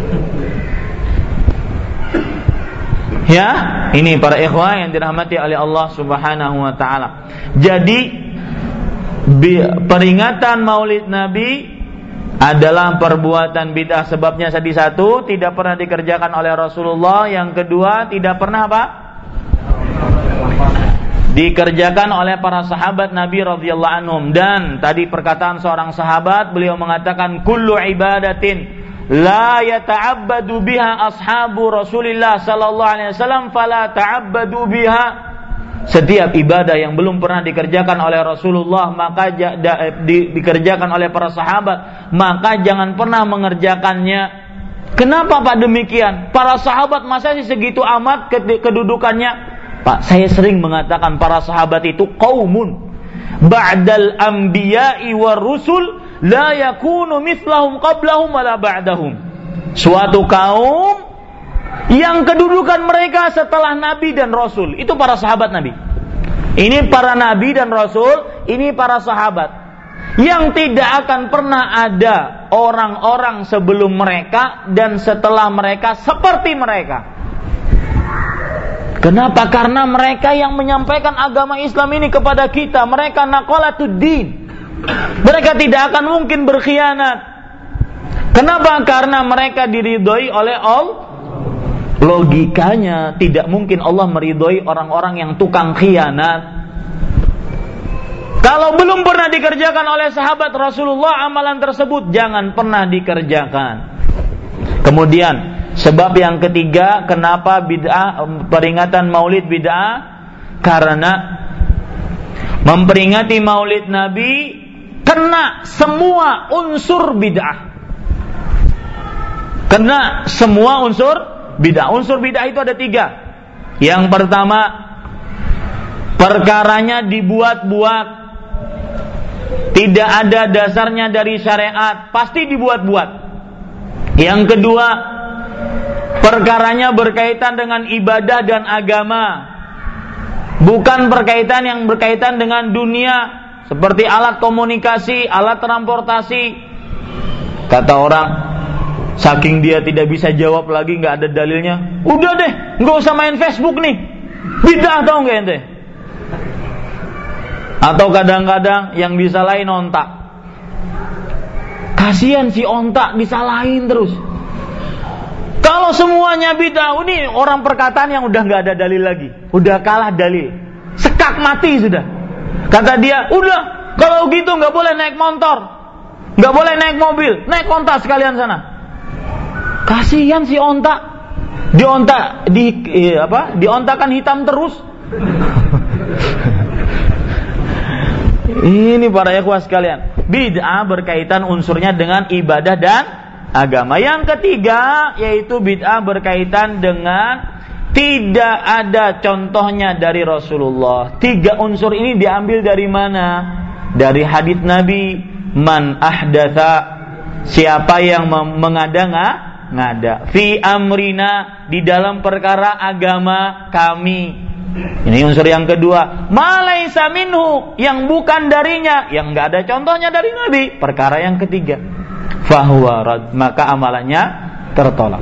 Ya, ini para ikhwah yang dirahmati oleh Allah Subhanahu wa taala. Jadi peringatan Maulid Nabi adalah perbuatan bid'ah. Sebabnya tadi satu, tidak pernah dikerjakan oleh Rasulullah. Yang kedua, tidak pernah apa? Dikerjakan oleh para sahabat Nabi radhiyallahu anhum. Dan tadi perkataan seorang sahabat, beliau mengatakan kullu ibadatin la yata'abbadu biha ashabu Rasulillah sallallahu alaihi wasallam fala ta'abbadu biha. Setiap ibadah yang belum pernah dikerjakan oleh Rasulullah maka dikerjakan oleh para sahabat, maka jangan pernah mengerjakannya. Kenapa Pak demikian? Para sahabat masa sih segitu amat kedudukannya? Pak, saya sering mengatakan para sahabat itu qaumun ba'dal anbiya'i war rusul la yakunu mithlahum qablahum wala ba'dahum. Suatu kaum yang kedudukan mereka setelah Nabi dan Rasul. Itu para sahabat Nabi. Ini para Nabi dan Rasul, ini para sahabat. Yang tidak akan pernah ada orang-orang sebelum mereka dan setelah mereka seperti mereka. Kenapa? Karena mereka yang menyampaikan agama Islam ini kepada kita. Mereka naqalatuddin. Mereka tidak akan mungkin berkhianat. Kenapa? Karena mereka diridhoi oleh Allah. Logikanya tidak mungkin Allah meridhoi orang-orang yang tukang khianat. Kalau belum pernah dikerjakan oleh sahabat Rasulullah, amalan tersebut jangan pernah dikerjakan. Kemudian sebab yang ketiga, kenapa bid'ah, peringatan Maulid bid'ah? Karena memperingati Maulid Nabi kena semua unsur bid'ah. Kena semua unsur bid'ah. Unsur bid'ah itu ada 3. Yang pertama, perkaranya dibuat-buat, tidak ada dasarnya dari syariat, pasti dibuat-buat. Yang kedua, perkaranya berkaitan dengan ibadah dan agama, bukan berkaitan dengan dunia, seperti alat komunikasi, alat transportasi. Kata orang, saking dia tidak bisa jawab lagi, nggak ada dalilnya, udah deh, nggak usah main Facebook nih, bid'ah tau nggak ente? Atau kadang-kadang yang disalahin ontak. Kasihan si ontak disalahin terus. Kalau semuanya bid'ah, ini orang perkataan yang udah nggak ada dalil lagi, udah kalah dalil, sekak mati sudah. Kata dia, udah kalau gitu nggak boleh naik motor, nggak boleh naik mobil, naik onta sekalian sana. Kasihan si onta, diontakan hitam terus. Ini para ikhwah sekalian, bid'ah berkaitan unsurnya dengan ibadah dan agama. Yang ketiga yaitu bid'ah berkaitan dengan tidak ada contohnya dari Rasulullah. 3 unsur ini diambil dari mana? Dari hadits Nabi, man ahdatsa, siapa yang mengada-ngada, fi amrina, di dalam perkara agama kami. Ini unsur yang kedua. Ma laisa minhu, yang bukan darinya, yang enggak ada contohnya dari Nabi. Perkara yang ketiga, fahuwa rad, maka amalannya tertolak.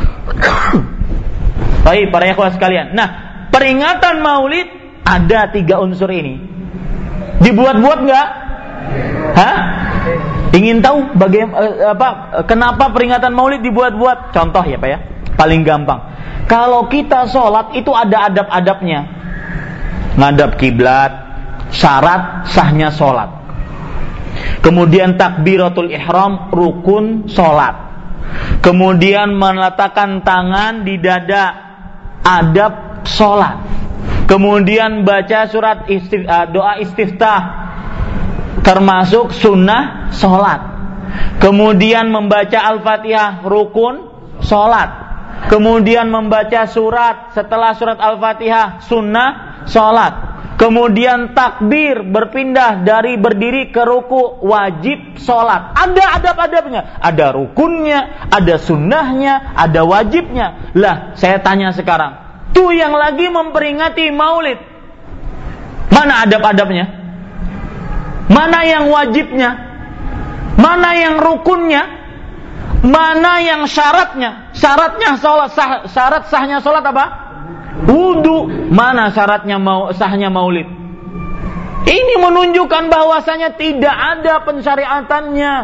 Baik para ikhwah sekalian. Nah, peringatan Maulid ada 3 unsur ini. Dibuat-buat enggak? Hah? Ingin tahu kenapa peringatan Maulid dibuat-buat? Contoh ya Pak ya. Paling gampang. Kalau kita sholat itu ada adab-adabnya. Ngadap kiblat, syarat sahnya sholat. Kemudian takbiratul ihram, rukun sholat. Kemudian meletakkan tangan di dada, adab sholat. Kemudian baca surat doa istiftah, termasuk sunnah sholat. Kemudian membaca Al-Fatihah, rukun sholat. Kemudian membaca surat setelah surat Al-Fatihah, sunnah sholat. Kemudian takbir, berpindah dari berdiri ke ruku, wajib sholat. Ada adab-adabnya, ada rukunnya, ada sunnahnya, ada wajibnya. Lah, saya tanya sekarang, tuh yang lagi memperingati Maulid, mana adab-adabnya? Mana yang wajibnya? Mana yang rukunnya? Mana yang syaratnya? Syaratnya sholat, syarat sahnya sholat apa? Wudu. Mana syaratnya sahnya Maulid? Ini menunjukkan bahwasanya tidak ada pensyariatannya.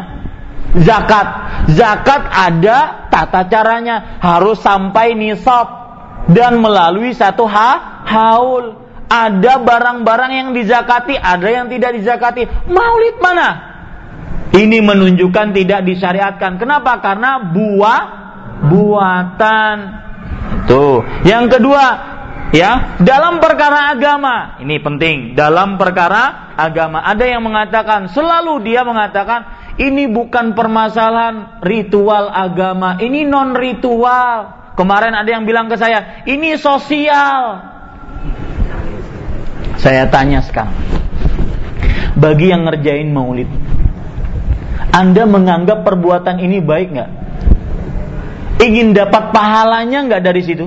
Zakat ada tata caranya, harus sampai nisab dan melalui satu haul. Ada barang-barang yang dizakati, ada yang tidak dizakati. Maulid mana? Ini menunjukkan tidak disyariatkan. Kenapa? Karena buatan. Tuh. Yang kedua, ya, dalam perkara agama, ini penting. Dalam perkara agama, ada yang mengatakan, selalu dia mengatakan, ini bukan permasalahan ritual agama, ini non ritual. Kemarin ada yang bilang ke saya, ini sosial. Saya tanya sekarang, bagi yang ngerjain maulid, Anda menganggap perbuatan ini baik nggak? Ingin dapat pahalanya nggak dari situ?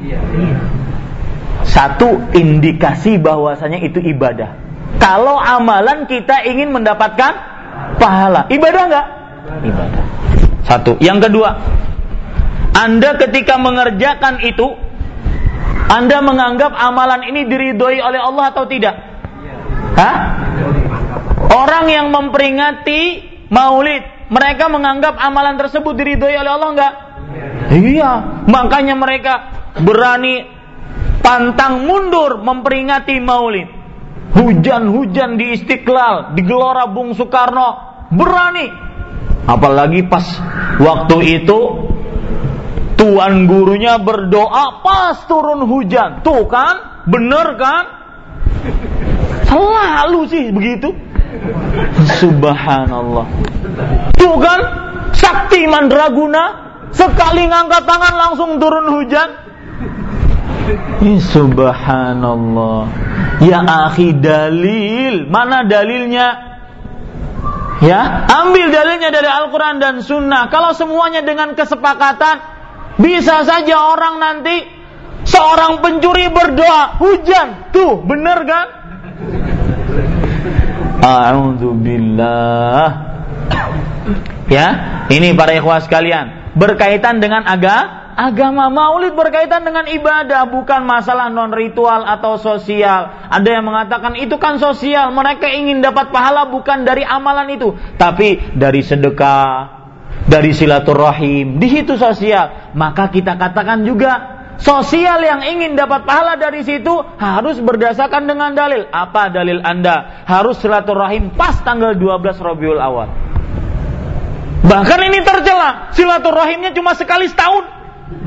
Satu, indikasi bahwasanya itu ibadah. Kalau amalan kita ingin mendapatkan pahala, ibadah nggak? Ibadah. Satu. Yang kedua, Anda ketika mengerjakan itu, Anda menganggap amalan ini diridhoi oleh Allah atau tidak? Hah? Orang yang memperingati maulid, mereka menganggap amalan tersebut diridhoi oleh Allah enggak? Iya, makanya mereka berani pantang mundur memperingati maulid. Hujan-hujan di Istiqlal, di Gelora Bung Soekarno, berani. Apalagi pas waktu itu tuan gurunya berdoa pas turun hujan. Tuh kan, bener kan? Selalu sih begitu. Subhanallah. Tuh kan, sakti mandraguna, sekali ngangkat tangan langsung turun hujan. Subhanallah. Ya akhi, dalil. Mana dalilnya? Ya, ambil dalilnya dari Al-Quran dan Sunnah. Kalau semuanya dengan kesepakatan, bisa saja orang nanti seorang pencuri berdoa hujan. Tuh, benar kan? A'udzubillah. Ya, ini para ikhwah sekalian, berkaitan dengan agama. Maulid berkaitan dengan ibadah, bukan masalah non ritual atau sosial. Ada yang mengatakan itu kan sosial, mereka ingin dapat pahala bukan dari amalan itu, tapi dari sedekah, dari silaturahim, di situ sosial. Maka kita katakan juga sosial yang ingin dapat pahala dari situ harus berdasarkan dengan dalil. Apa dalil Anda? Harus silaturahim pas tanggal 12 Rabiul Awal. Bahkan ini tercela, silaturahimnya cuma sekali setahun,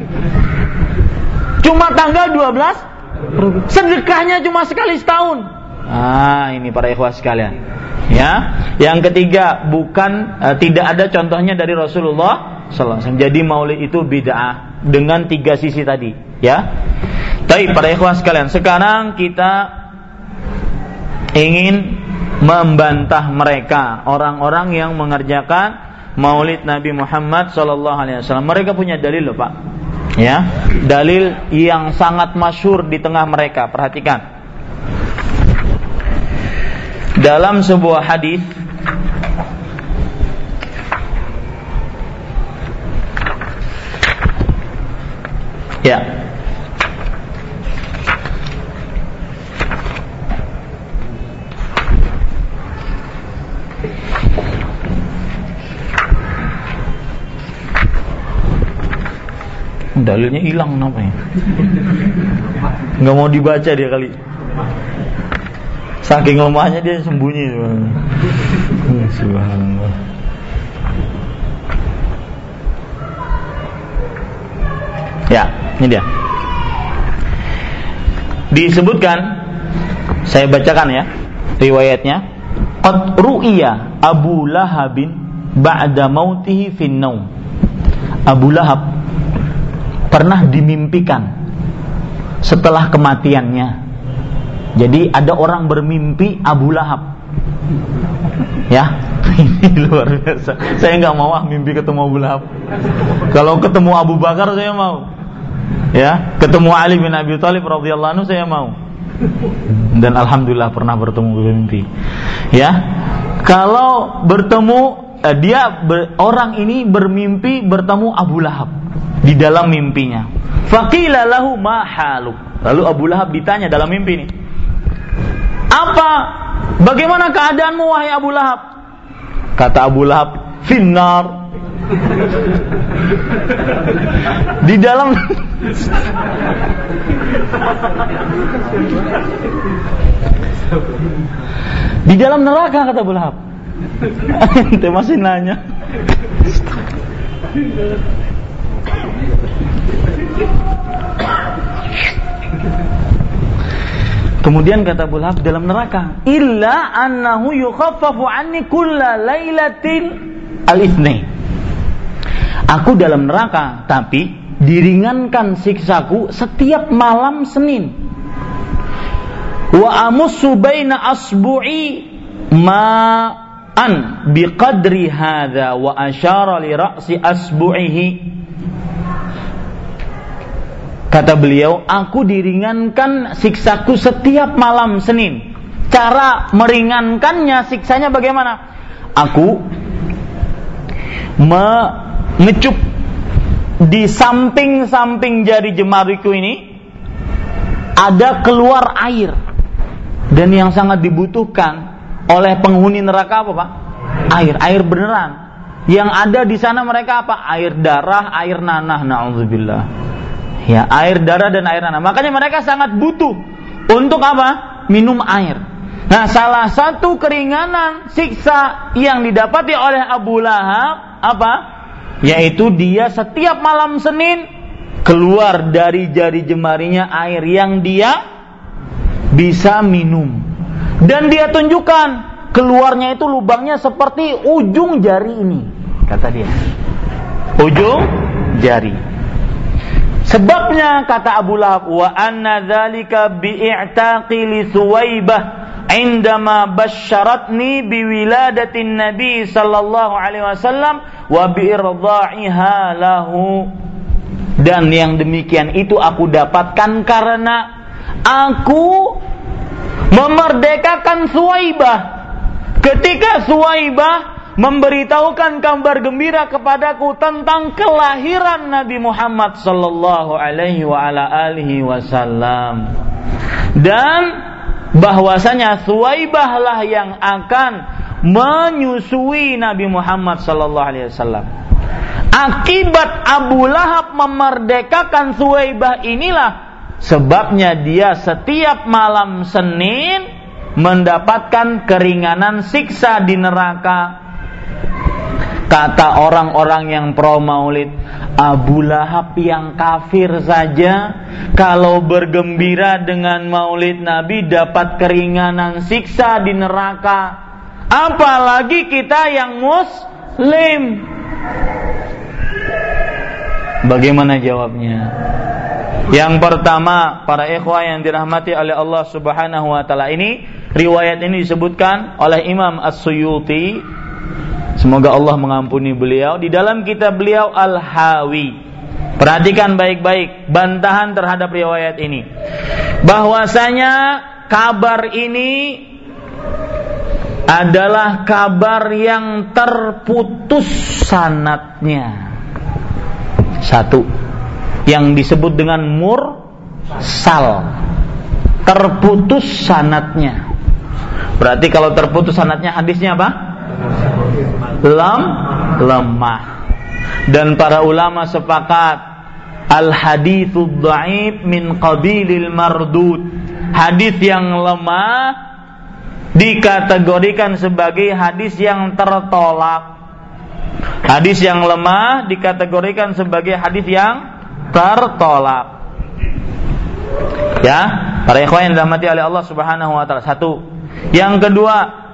cuma tanggal 12, sedekahnya cuma sekali setahun. Ini para ikhwah sekalian. Ya, yang ketiga, tidak ada contohnya dari Rasulullah sallallahu alaihi wasallam. Jadi maulid itu bid'ah dengan 3 sisi tadi, ya. Baik para ikhwah sekalian, sekarang kita ingin membantah mereka, orang-orang yang mengerjakan maulid Nabi Muhammad sallallahu alaihi wasallam. Mereka punya dalil loh, Pak. Ya, dalil yang sangat masyhur di tengah mereka. Perhatikan. Dalam sebuah hadis, ya, dalilnya hilang namanya, nggak mau dibaca dia kali, saking lemahnya dia sembunyi. Subhanallah. Ya, ini dia. Disebutkan, saya bacakan ya riwayatnya. Qad ru'iya Abu Lahabin ba'da mautihi fin naum. Abu Lahab pernah dimimpikan setelah kematiannya. Jadi ada orang bermimpi Abu Lahab. Ya, ini luar biasa. Saya nggak mau mimpi ketemu Abu Lahab. Kalau ketemu Abu Bakar saya mau. Ya, ketemu Ali bin Abi Thalib radhiyallahu anhu saya mau. Dan alhamdulillah pernah bertemu bermimpi. Ya, kalau bertemu orang ini bermimpi bertemu Abu Lahab di dalam mimpinya. Faqila lahu ma haluk. Lalu Abu Lahab ditanya dalam mimpi ini, apa Bagaimana keadaanmu wahai Abu Lahab? Kata Abu Lahab, finnar. Di dalam neraka, kata Abu Lahab. Ente masih nanya. Kemudian kata Abu Lahab, dalam neraka, illa annahu yukhaffafu anni kulla lailatin al-itsnain. Aku dalam neraka, tapi diringankan siksaku setiap malam Senin. Wa amussu baina asbu'i ma'an biqadri hadza wa asyara li ra'si asbu'ihi. Kata beliau, aku diringankan siksaku setiap malam Senin. Cara meringankannya, siksanya bagaimana? Aku ngecup di samping-samping jari jemariku ini ada keluar air, dan yang sangat dibutuhkan oleh penghuni neraka apa Pak? Air beneran. Yang ada di sana mereka apa? Air darah, air nanah, na'udzubillah. Ya, air darah dan air nanah. Makanya mereka sangat butuh untuk apa? Minum air. Nah, salah satu keringanan siksa yang didapati oleh Abu Lahab apa? Yaitu dia setiap malam Senin keluar dari jari jemarinya air yang dia bisa minum. Dan dia tunjukkan keluarnya itu lubangnya seperti ujung jari ini, kata dia. Ujung jari. Sebabnya kata Abu Lahab, wa anna dzalika bi'i'taqi li Suwaibah indama basyaratni biwiladatin Nabi sallallahu alaihi wasallam wa bi'irdha'iha lahu. Dan yang demikian itu aku dapatkan karena aku memerdekakan Suwaibah. Ketika Suwaibah memberitahukan kabar gembira kepadaku tentang kelahiran Nabi Muhammad sallallahu alaihi wa ala alihi wasallam, dan bahwasanya Suwaibah lah yang akan menyusui Nabi Muhammad sallallahu alaihi wasallam. Akibat Abu Lahab memerdekakan Suwaibah inilah sebabnya dia setiap malam Senin mendapatkan keringanan siksa di neraka. Kata orang-orang yang pro maulid, Abu Lahab yang kafir saja kalau bergembira dengan maulid Nabi dapat keringanan siksa di neraka, apalagi kita yang muslim. Bagaimana jawabnya? Yang pertama, para ikhwah yang dirahmati oleh Allah Subhanahu wa taala, ini riwayat ini disebutkan oleh Imam As-Suyuti, semoga Allah mengampuni beliau, di dalam kitab beliau Al-Hawi. Perhatikan baik-baik bantahan terhadap riwayat ini, bahwasanya kabar ini adalah kabar yang terputus sanadnya. Satu, yang disebut dengan mursal, terputus sanadnya. Berarti kalau terputus sanadnya, hadisnya apa? Lemah. Dan para ulama sepakat, al haditsud dhaif min qabilil mardud. Hadis yang lemah dikategorikan sebagai hadis yang tertolak. Hadis yang lemah dikategorikan sebagai hadis yang tertolak. Ya, para ikhwan yang dirahmati oleh Allah Subhanahu wa taala. Satu. Yang kedua,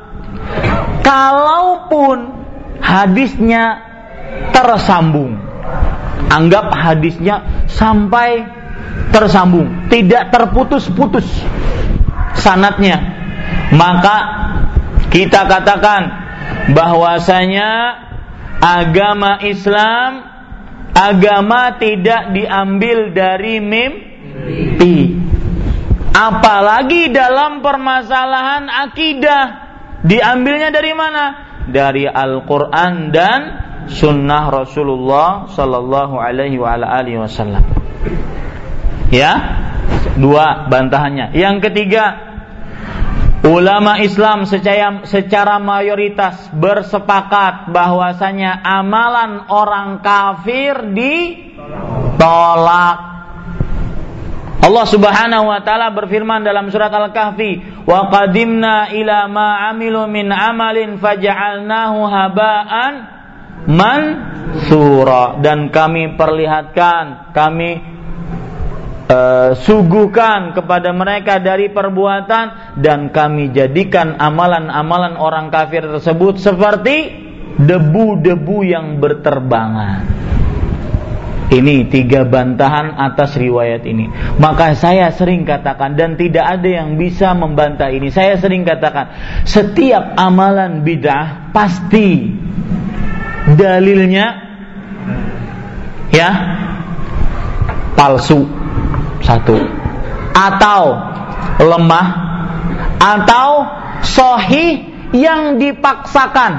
kalaupun hadisnya tersambung, anggap hadisnya sampai tersambung, tidak terputus-putus sanadnya, maka kita katakan bahwasanya agama Islam agama tidak diambil dari mimpi. Apalagi dalam permasalahan akidah, diambilnya dari mana? Dari Al-Quran dan Sunnah Rasulullah Sallallahu Alaihi Wasallam. Ya, dua bantahannya. Yang ketiga, Ulama Islam secara mayoritas bersepakat bahwasanya amalan orang kafir ditolak. Allah Subhanahu wa taala berfirman dalam surat Al-Kahfi, "Wa qadimna ila ma 'amilu min 'amalin faj'alnahu haba'an mansura." Dan kami perlihatkan, kami suguhkan kepada mereka dari perbuatan, dan kami jadikan amalan-amalan orang kafir tersebut seperti debu-debu yang berterbangan. Ini 3 bantahan atas riwayat ini. Maka saya sering katakan, dan tidak ada yang bisa membantah ini, saya sering katakan, setiap amalan bid'ah pasti dalilnya palsu, satu, atau lemah, atau sahih yang dipaksakan.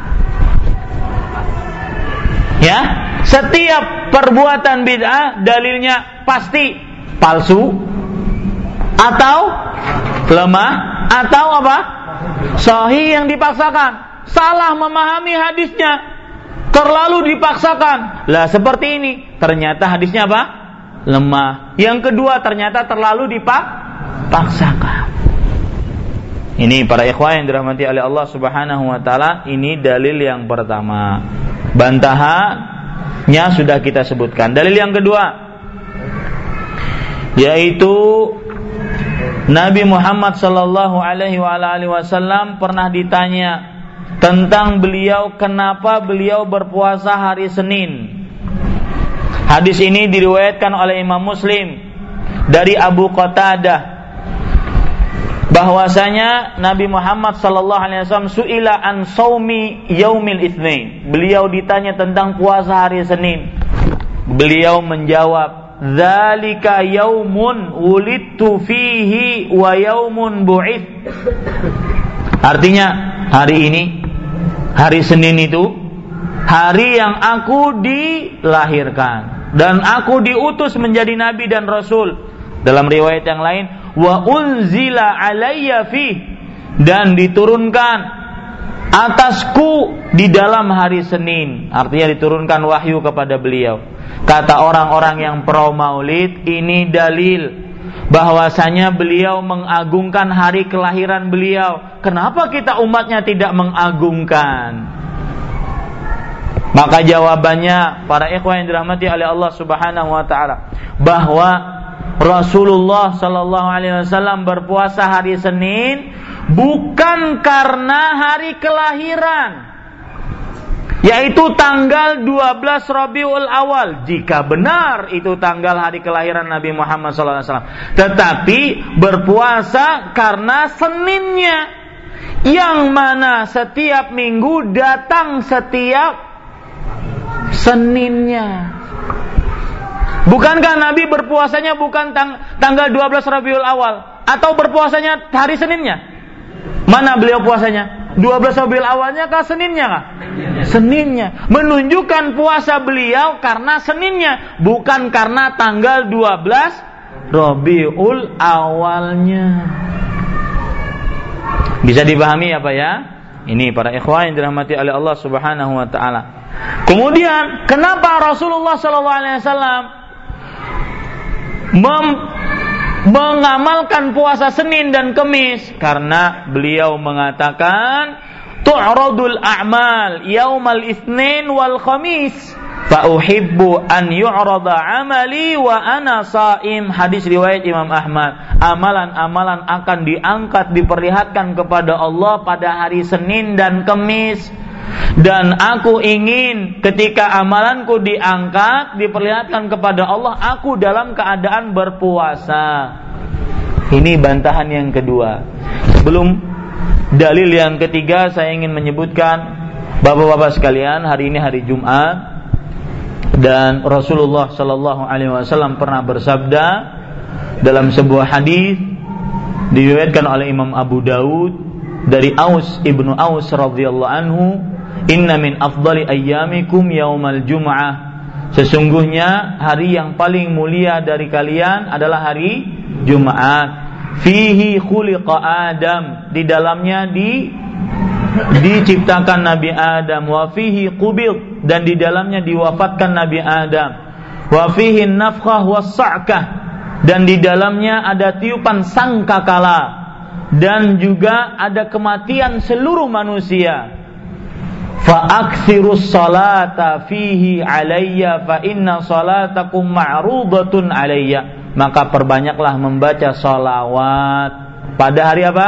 Setiap perbuatan bid'ah dalilnya pasti palsu, atau lemah, atau sahih yang dipaksakan. Salah memahami hadisnya, terlalu dipaksakan. Lah seperti ini, ternyata hadisnya lemah. Yang kedua, ternyata terlalu dipaksakan. Ini para ikhwan yang dirahmati oleh Allah Subhanahu wa taala, ini dalil yang pertama. Bantahannya sudah kita sebutkan. Dalil yang kedua, yaitu Nabi Muhammad sallallahu alaihi wasallam pernah ditanya tentang beliau, kenapa beliau berpuasa hari Senin. Hadis ini diriwayatkan oleh Imam Muslim dari Abu Qatadah, bahwasanya Nabi Muhammad sallallahu alaihi wasallam su'ila an shaumi yaumil itsnain. Beliau ditanya tentang puasa hari Senin. Beliau menjawab, "Dzalika yaumun wulidtu fihi wa yaumun bu'its." Artinya, hari ini, hari Senin itu hari yang aku dilahirkan dan aku diutus menjadi nabi dan rasul. Dalam riwayat yang lain, wa unzila alayya fi, dan diturunkan atasku di dalam hari Senin. Artinya diturunkan wahyu kepada beliau. Kata orang-orang yang pro maulid, ini dalil bahwasanya beliau mengagungkan hari kelahiran beliau. Kenapa kita umatnya tidak mengagungkan? Maka jawabannya, para ikhwan yang dirahmati oleh Allah Subhanahu wa taala, bahwa Rasulullah sallallahu alaihi wasallam berpuasa hari Senin bukan karena hari kelahiran, yaitu tanggal 12 Rabiul Awal, jika benar itu tanggal hari kelahiran Nabi Muhammad sallallahu alaihi wasallam, tetapi berpuasa karena Seninnya, yang mana setiap minggu datang setiap Seninnya. Bukankah Nabi berpuasanya bukan tanggal 12 Rabiul Awal, atau berpuasanya hari Seninnya? Mana beliau puasanya? 12 Rabiul Awalnya kah Seninnya kah? Seninnya. Menunjukkan puasa beliau karena Seninnya, bukan karena tanggal 12 Rabiul Awalnya. Bisa dipahami apa ya? Ini para ikhwan yang dirahmati oleh Allah Subhanahu wa taala. Kemudian, kenapa Rasulullah sallallahu alaihi wasallam mengamalkan puasa Senin dan Kemis? Karena beliau mengatakan, tu'radul a'mal yaumal itsnin wal khamis fa uhibbu an yu'rada amali wa ana shaim. Hadis riwayat Imam Ahmad. Amalan-amalan akan diangkat, diperlihatkan kepada Allah pada hari Senin dan Kemis, dan aku ingin ketika amalanku diangkat, diperlihatkan kepada Allah, aku dalam keadaan berpuasa. Ini bantahan yang kedua. Sebelum dalil yang ketiga, saya ingin menyebutkan, bapak-bapak sekalian, hari ini hari Jumat, dan Rasulullah sallallahu alaihi wasallam pernah bersabda dalam sebuah hadis diriwayatkan oleh Imam Abu Daud dari Aus ibnu Aus radhiyallahu anhu, inna min afdali ayyamikum yaumal jum'ah. Sesungguhnya hari yang paling mulia dari kalian adalah hari Jumat. fihi khuliqa Adam, di dalamnya diciptakan Nabi Adam, wa fihi qubid, dan di dalamnya diwafatkan Nabi Adam, wa fihi nafkhah was-sa'kah, dan di dalamnya ada tiupan sangkakala, dan juga ada kematian seluruh manusia. Fa aktsirus salata fihi alayya fa inna salatakum ma'rudatun alayya, maka perbanyaklah membaca salawat pada hari apa?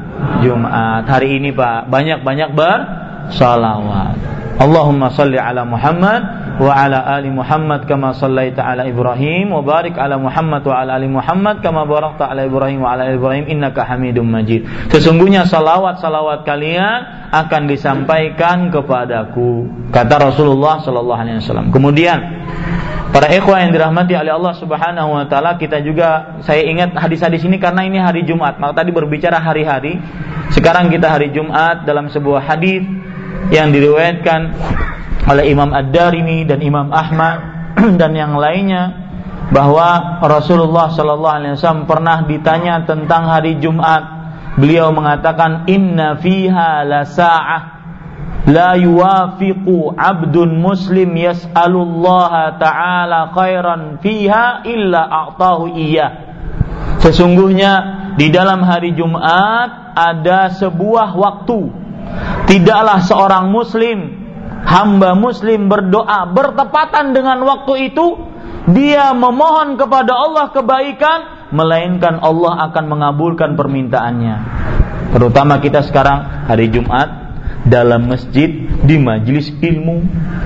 Jumat. Hari ini Pak, banyak-banyak bersalawat. Allahumma salli ala Muhammad wa ala ali Muhammad kama sallaita ala Ibrahim wa barik ala Muhammad wa ala ali Muhammad kama barakta ala Ibrahim wa ala ali Ibrahim innaka Hamidum Majid. Sesungguhnya salawat-salawat kalian akan disampaikan kepadaku, kata Rasulullah sallallahu alaihi wasallam. Kemudian para ikhwah yang dirahmati oleh Allah Subhanahu wa taala, kita juga, saya ingat hadis-hadis ini karena ini hari Jumat. Maka tadi berbicara hari-hari, sekarang kita hari Jumat, dalam sebuah hadis yang diriwayatkan oleh Imam Ad-Darimi dan Imam Ahmad dan yang lainnya, bahwa Rasulullah sallallahu alaihi wasallam pernah ditanya tentang hari Jumat. Beliau mengatakan, inna fiha la sa'ah la yuwafiqu 'abdun muslim yas'alullaha ta'ala khairan fiha illa a'tahu iyyah. Sesungguhnya di dalam hari Jumat ada sebuah waktu, tidaklah seorang muslim, hamba muslim berdoa bertepatan dengan waktu itu, dia memohon kepada Allah kebaikan, melainkan Allah akan mengabulkan permintaannya. Terutama kita sekarang hari Jumat dalam masjid, di majelis ilmu,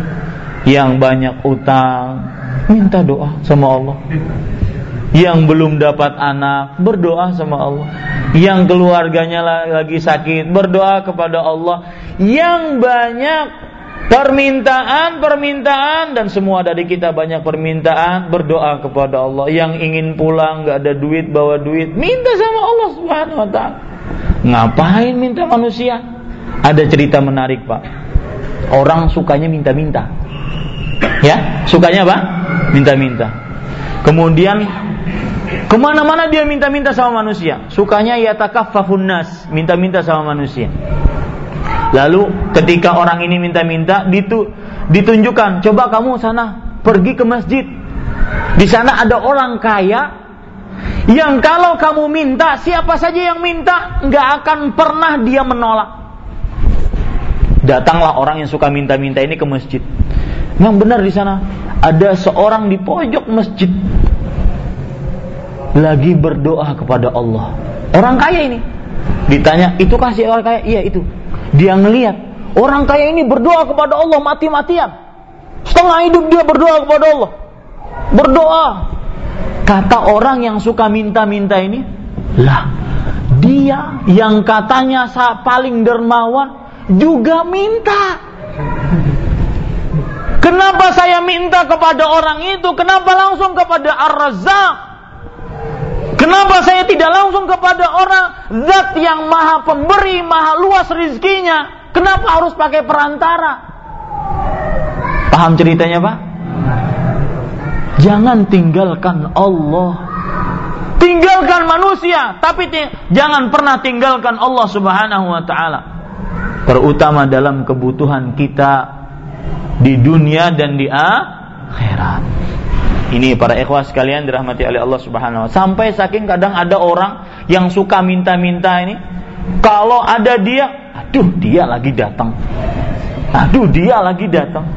yang banyak utang, minta doa sama Allah. Yang belum dapat anak, berdoa sama Allah. Yang keluarganya lagi sakit, berdoa kepada Allah. Yang banyak permintaan, dan semua dari kita banyak permintaan, berdoa kepada Allah. Yang ingin pulang, gak ada duit, bawa duit, minta sama Allah Subhanahu wa ta'ala. Ngapain minta manusia? Ada cerita menarik Pak. Orang sukanya minta-minta, ya, sukanya apa? Minta-minta. Kemudian kemana-mana dia minta-minta sama manusia. Sukanya yatakaffafun nas, minta-minta sama manusia. Lalu ketika orang ini minta-minta, ditunjukkan, coba kamu sana, pergi ke masjid. Di sana ada orang kaya yang kalau kamu minta, siapa saja yang minta, nggak akan pernah dia menolak. Datanglah orang yang suka minta-minta ini ke masjid. Yang benar di sana ada seorang di pojok masjid lagi berdoa kepada Allah. Orang kaya ini ditanya, itu kasih orang kaya? Iya itu. Dia ngelihat orang kaya ini berdoa kepada Allah mati-matian. Setengah hidup dia berdoa kepada Allah. Berdoa. Kata orang yang suka minta-minta ini, lah dia yang katanya paling dermawan juga minta. Kenapa saya minta kepada orang itu? Kenapa langsung kepada Ar-Razzaq? Kenapa saya tidak langsung kepada orang Zat yang maha pemberi, maha luas rizkinya? Kenapa harus pakai perantara? Paham ceritanya Pak? Jangan tinggalkan Allah, tinggalkan manusia, tapi jangan pernah tinggalkan Allah Subhanahu wa ta'ala, terutama dalam kebutuhan kita di dunia dan di akhirat. Ini para ikhwah sekalian dirahmati oleh Allah Subhanahu wa ta'ala. Sampai saking kadang ada orang yang suka minta-minta ini, kalau ada dia, aduh dia lagi datang. Aduh dia lagi datang.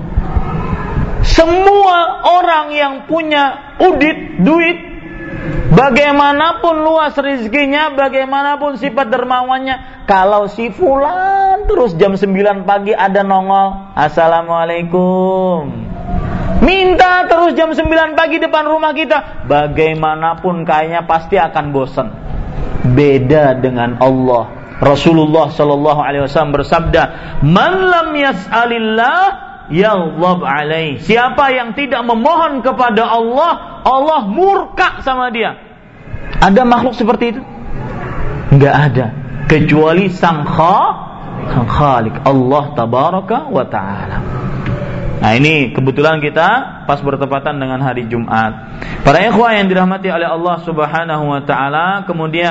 Semua orang yang punya duit, bagaimanapun luas rezekinya, bagaimanapun sifat dermawannya, kalau si fulan terus jam 9 pagi ada nongol, Assalamualaikum, minta terus jam 9 pagi depan rumah kita, bagaimanapun kayaknya pasti akan bosan. Beda dengan Allah. Rasulullah sallallahu alaihi wasallam bersabda, "Man lam yas'alillah yaghdab alaih." Siapa yang tidak memohon kepada Allah, Allah murka sama dia. Ada makhluk seperti itu? Enggak ada, kecuali Sang Khalik, Allah tabaraka wa taala. Nah, ini kebetulan kita pas bertepatan dengan hari Jumat. Para ikhwah yang dirahmati oleh Allah Subhanahu wa taala, kemudian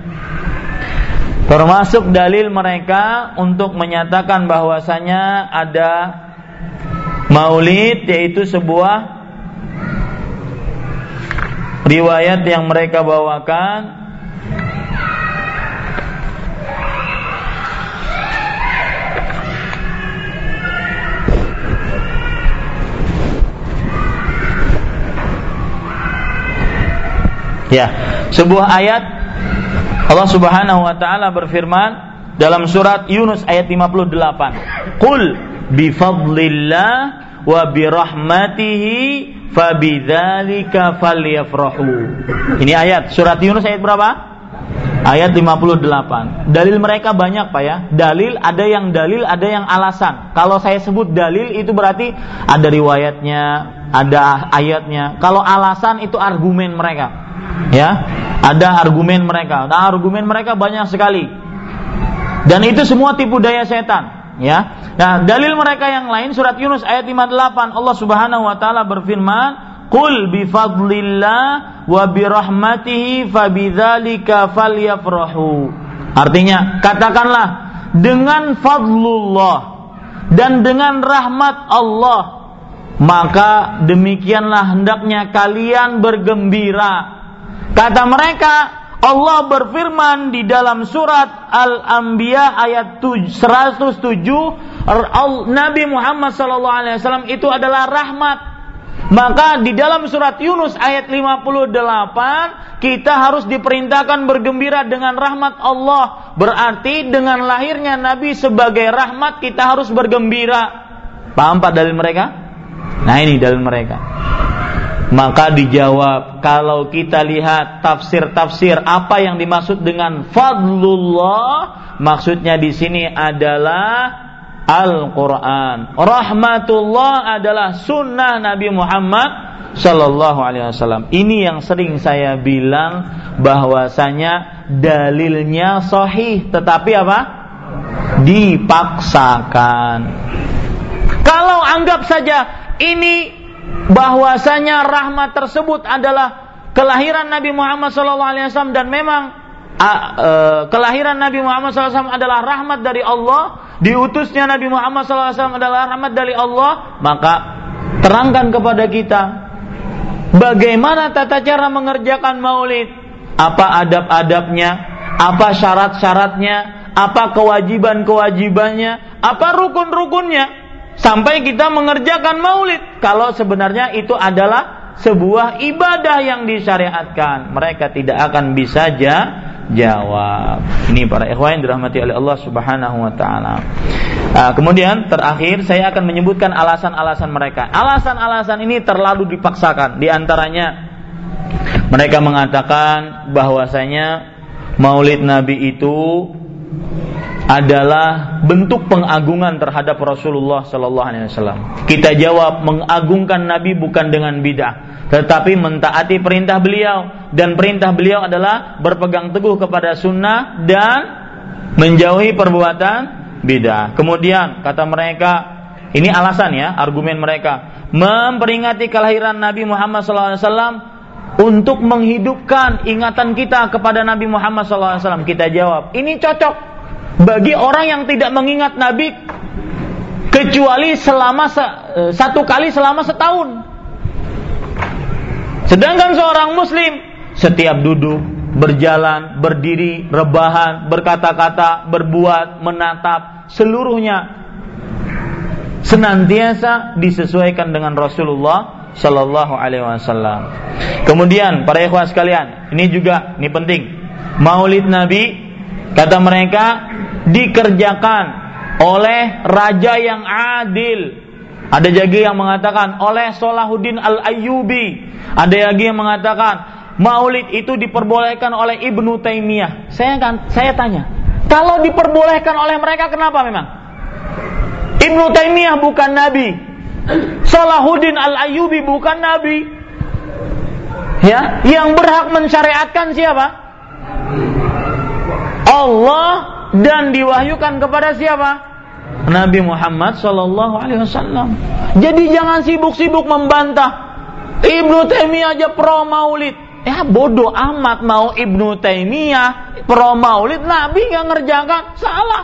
termasuk dalil mereka untuk menyatakan bahwasanya ada maulid, yaitu sebuah riwayat yang mereka bawakan sebuah ayat Allah Subhanahu wa taala berfirman dalam surat Yunus ayat 58. Qul bi fadlillah wa bi rahmatihi fabidzalika falyafrahu. Ini ayat surat Yunus ayat berapa? Ayat 58. Dalil mereka banyak, Pak ya. Dalil, ada yang alasan. Kalau saya sebut dalil itu berarti ada riwayatnya, ada ayatnya. Kalau alasan itu argumen mereka. Ya, ada argumen mereka. Nah, argumen mereka banyak sekali. Dan itu semua tipu daya setan, ya. Nah, dalil mereka yang lain surat Yunus ayat 58, Allah Subhanahu wa taala berfirman, "Qul bi fadlillah wa bi rahmatihi fabidzalika falyafrahu." Artinya, katakanlah dengan fadlullah dan dengan rahmat Allah, maka demikianlah hendaknya kalian bergembira. Kata mereka, Allah berfirman di dalam surat Al-Anbiya ayat 107, Nabi Muhammad SAW itu adalah rahmat. Maka di dalam surat Yunus ayat 58 kita harus diperintahkan bergembira dengan rahmat Allah. Berarti dengan lahirnya Nabi sebagai rahmat kita harus bergembira. Paham Pak dalil mereka? Nah, ini dalil mereka. Maka dijawab, kalau kita lihat tafsir-tafsir apa yang dimaksud dengan fadlullah, maksudnya di sini adalah Al-Quran. Rahmatullah adalah sunnah Nabi Muhammad Sallallahu Alaihi Wasallam. Ini yang sering saya bilang bahwasanya dalilnya sahih, tetapi apa? Dipaksakan. Kalau anggap saja ini bahwasanya rahmat tersebut adalah kelahiran Nabi Muhammad SAW dan memang kelahiran Nabi Muhammad SAW adalah rahmat dari Allah, diutusnya Nabi Muhammad SAW adalah rahmat dari Allah, maka terangkan kepada kita bagaimana tata cara mengerjakan maulid, apa adab-adabnya, apa syarat-syaratnya, apa kewajiban-kewajibannya, apa rukun-rukunnya, sampai kita mengerjakan maulid. Kalau sebenarnya itu adalah sebuah ibadah yang disyariatkan, mereka tidak akan bisa jawab. Ini para ikhwan yang dirahmati oleh Allah Subhanahu wa taala. Kemudian terakhir saya akan menyebutkan alasan-alasan mereka. Alasan-alasan ini terlalu dipaksakan. Di antaranya mereka mengatakan bahwasanya maulid Nabi itu adalah bentuk pengagungan terhadap Rasulullah Sallallahu Alaihi Wasallam. Kita jawab, mengagungkan Nabi bukan dengan bid'ah, tetapi mentaati perintah beliau, dan perintah beliau adalah berpegang teguh kepada sunnah dan menjauhi perbuatan bid'ah. Kemudian kata mereka, ini alasan ya, argumen mereka, memperingati kelahiran Nabi Muhammad Sallallahu Alaihi Wasallam untuk menghidupkan ingatan kita kepada Nabi Muhammad Sallallahu Alaihi Wasallam. Kita jawab, ini cocok bagi orang yang tidak mengingat Nabi kecuali selama satu kali selama setahun. Sedangkan seorang muslim setiap duduk, berjalan, berdiri, rebahan, berkata-kata, berbuat, menatap, seluruhnya senantiasa disesuaikan dengan Rasulullah Sallallahu Alaihi Wasallam. Kemudian para ikhwah sekalian, ini penting. Maulid Nabi, kata mereka, dikerjakan oleh raja yang adil. Ada lagi yang mengatakan oleh Salahuddin Al-Ayyubi. Ada lagi yang mengatakan maulid itu diperbolehkan oleh Ibnu Taimiyah. Saya tanya, kalau diperbolehkan oleh mereka, kenapa memang? Ibnu Taimiyah bukan nabi, Salahuddin Al-Ayyubi bukan nabi. Ya, yang berhak mensyariatkan siapa? Allah, dan diwahyukan kepada siapa? Nabi Muhammad sallallahu alaihi wasallam. Jadi jangan sibuk-sibuk membantah. Ibnu Taimiyah aja pro maulid. Ya bodoh amat mau Ibnu Taimiyah pro maulid, Nabi enggak ngerjakan, salah.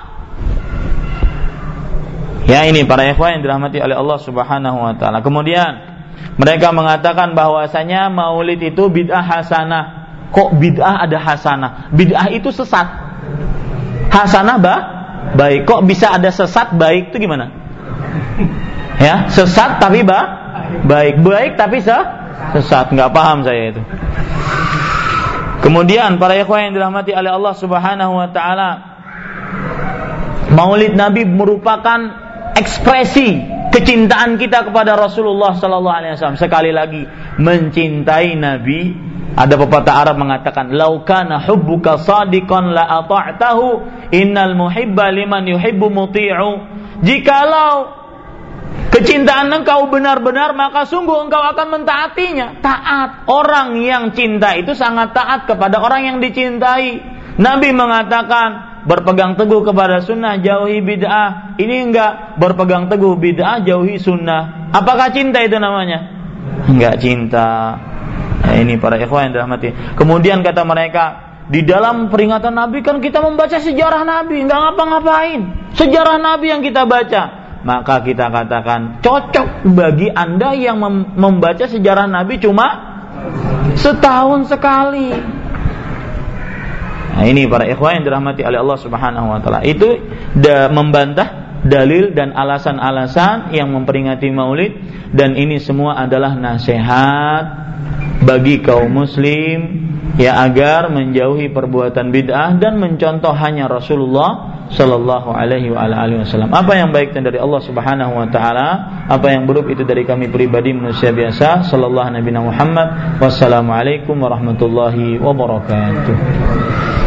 Ya ini para ikhwan yang dirahmati oleh Allah Subhanahu wa taala. Kemudian mereka mengatakan bahwasanya maulid itu bid'ah hasanah. Kok bid'ah ada hasanah? Bid'ah itu sesat. Hasanah baik. Kok bisa ada sesat baik itu gimana? Ya, sesat tapi baik. Baik tapi sesat. Enggak paham saya itu. Kemudian para ikhwan yang dirahmati oleh Allah Subhanahu wa taala, maulid Nabi merupakan ekspresi kecintaan kita kepada Rasulullah sallallahu alaihi wasallam. Sekali lagi, mencintai Nabi. Ada pepatah Arab mengatakan, "Lau kana hubbuka shadiqan la ata'tahu, innal muhibba liman yuhibbu muti'u." Jikalau kecintaan engkau benar-benar, maka sungguh engkau akan mentaatinya. Taat. Orang yang cinta itu sangat taat kepada orang yang dicintai. Nabi mengatakan, berpegang teguh kepada sunnah, jauhi bid'ah. Ini enggak, berpegang teguh bid'ah, jauhi sunnah. Apakah cinta itu namanya? Enggak cinta. Nah, ini para ikhwan yang dirahmati. Kemudian kata mereka, di dalam peringatan Nabi kan kita membaca sejarah Nabi, enggak ngapa-ngapain. Sejarah Nabi yang kita baca. Maka kita katakan, cocok bagi Anda yang membaca sejarah Nabi cuma setahun sekali. Nah, ini para ikhwan yang dirahmati oleh Allah Subhanahu wa taala. Itu membantah dalil dan alasan-alasan yang memperingati Maulid, dan ini semua adalah nasihat bagi kaum muslim ya agar menjauhi perbuatan bid'ah dan mencontoh hanya Rasulullah sallallahu alaihi wa alihi wasallam. Apa yang baik dari Allah Subhanahu wa taala, apa yang buruk itu dari kami pribadi manusia biasa. Sallallahu Nabi Muhammad. Wassalamualaikum warahmatullahi wabarakatuh.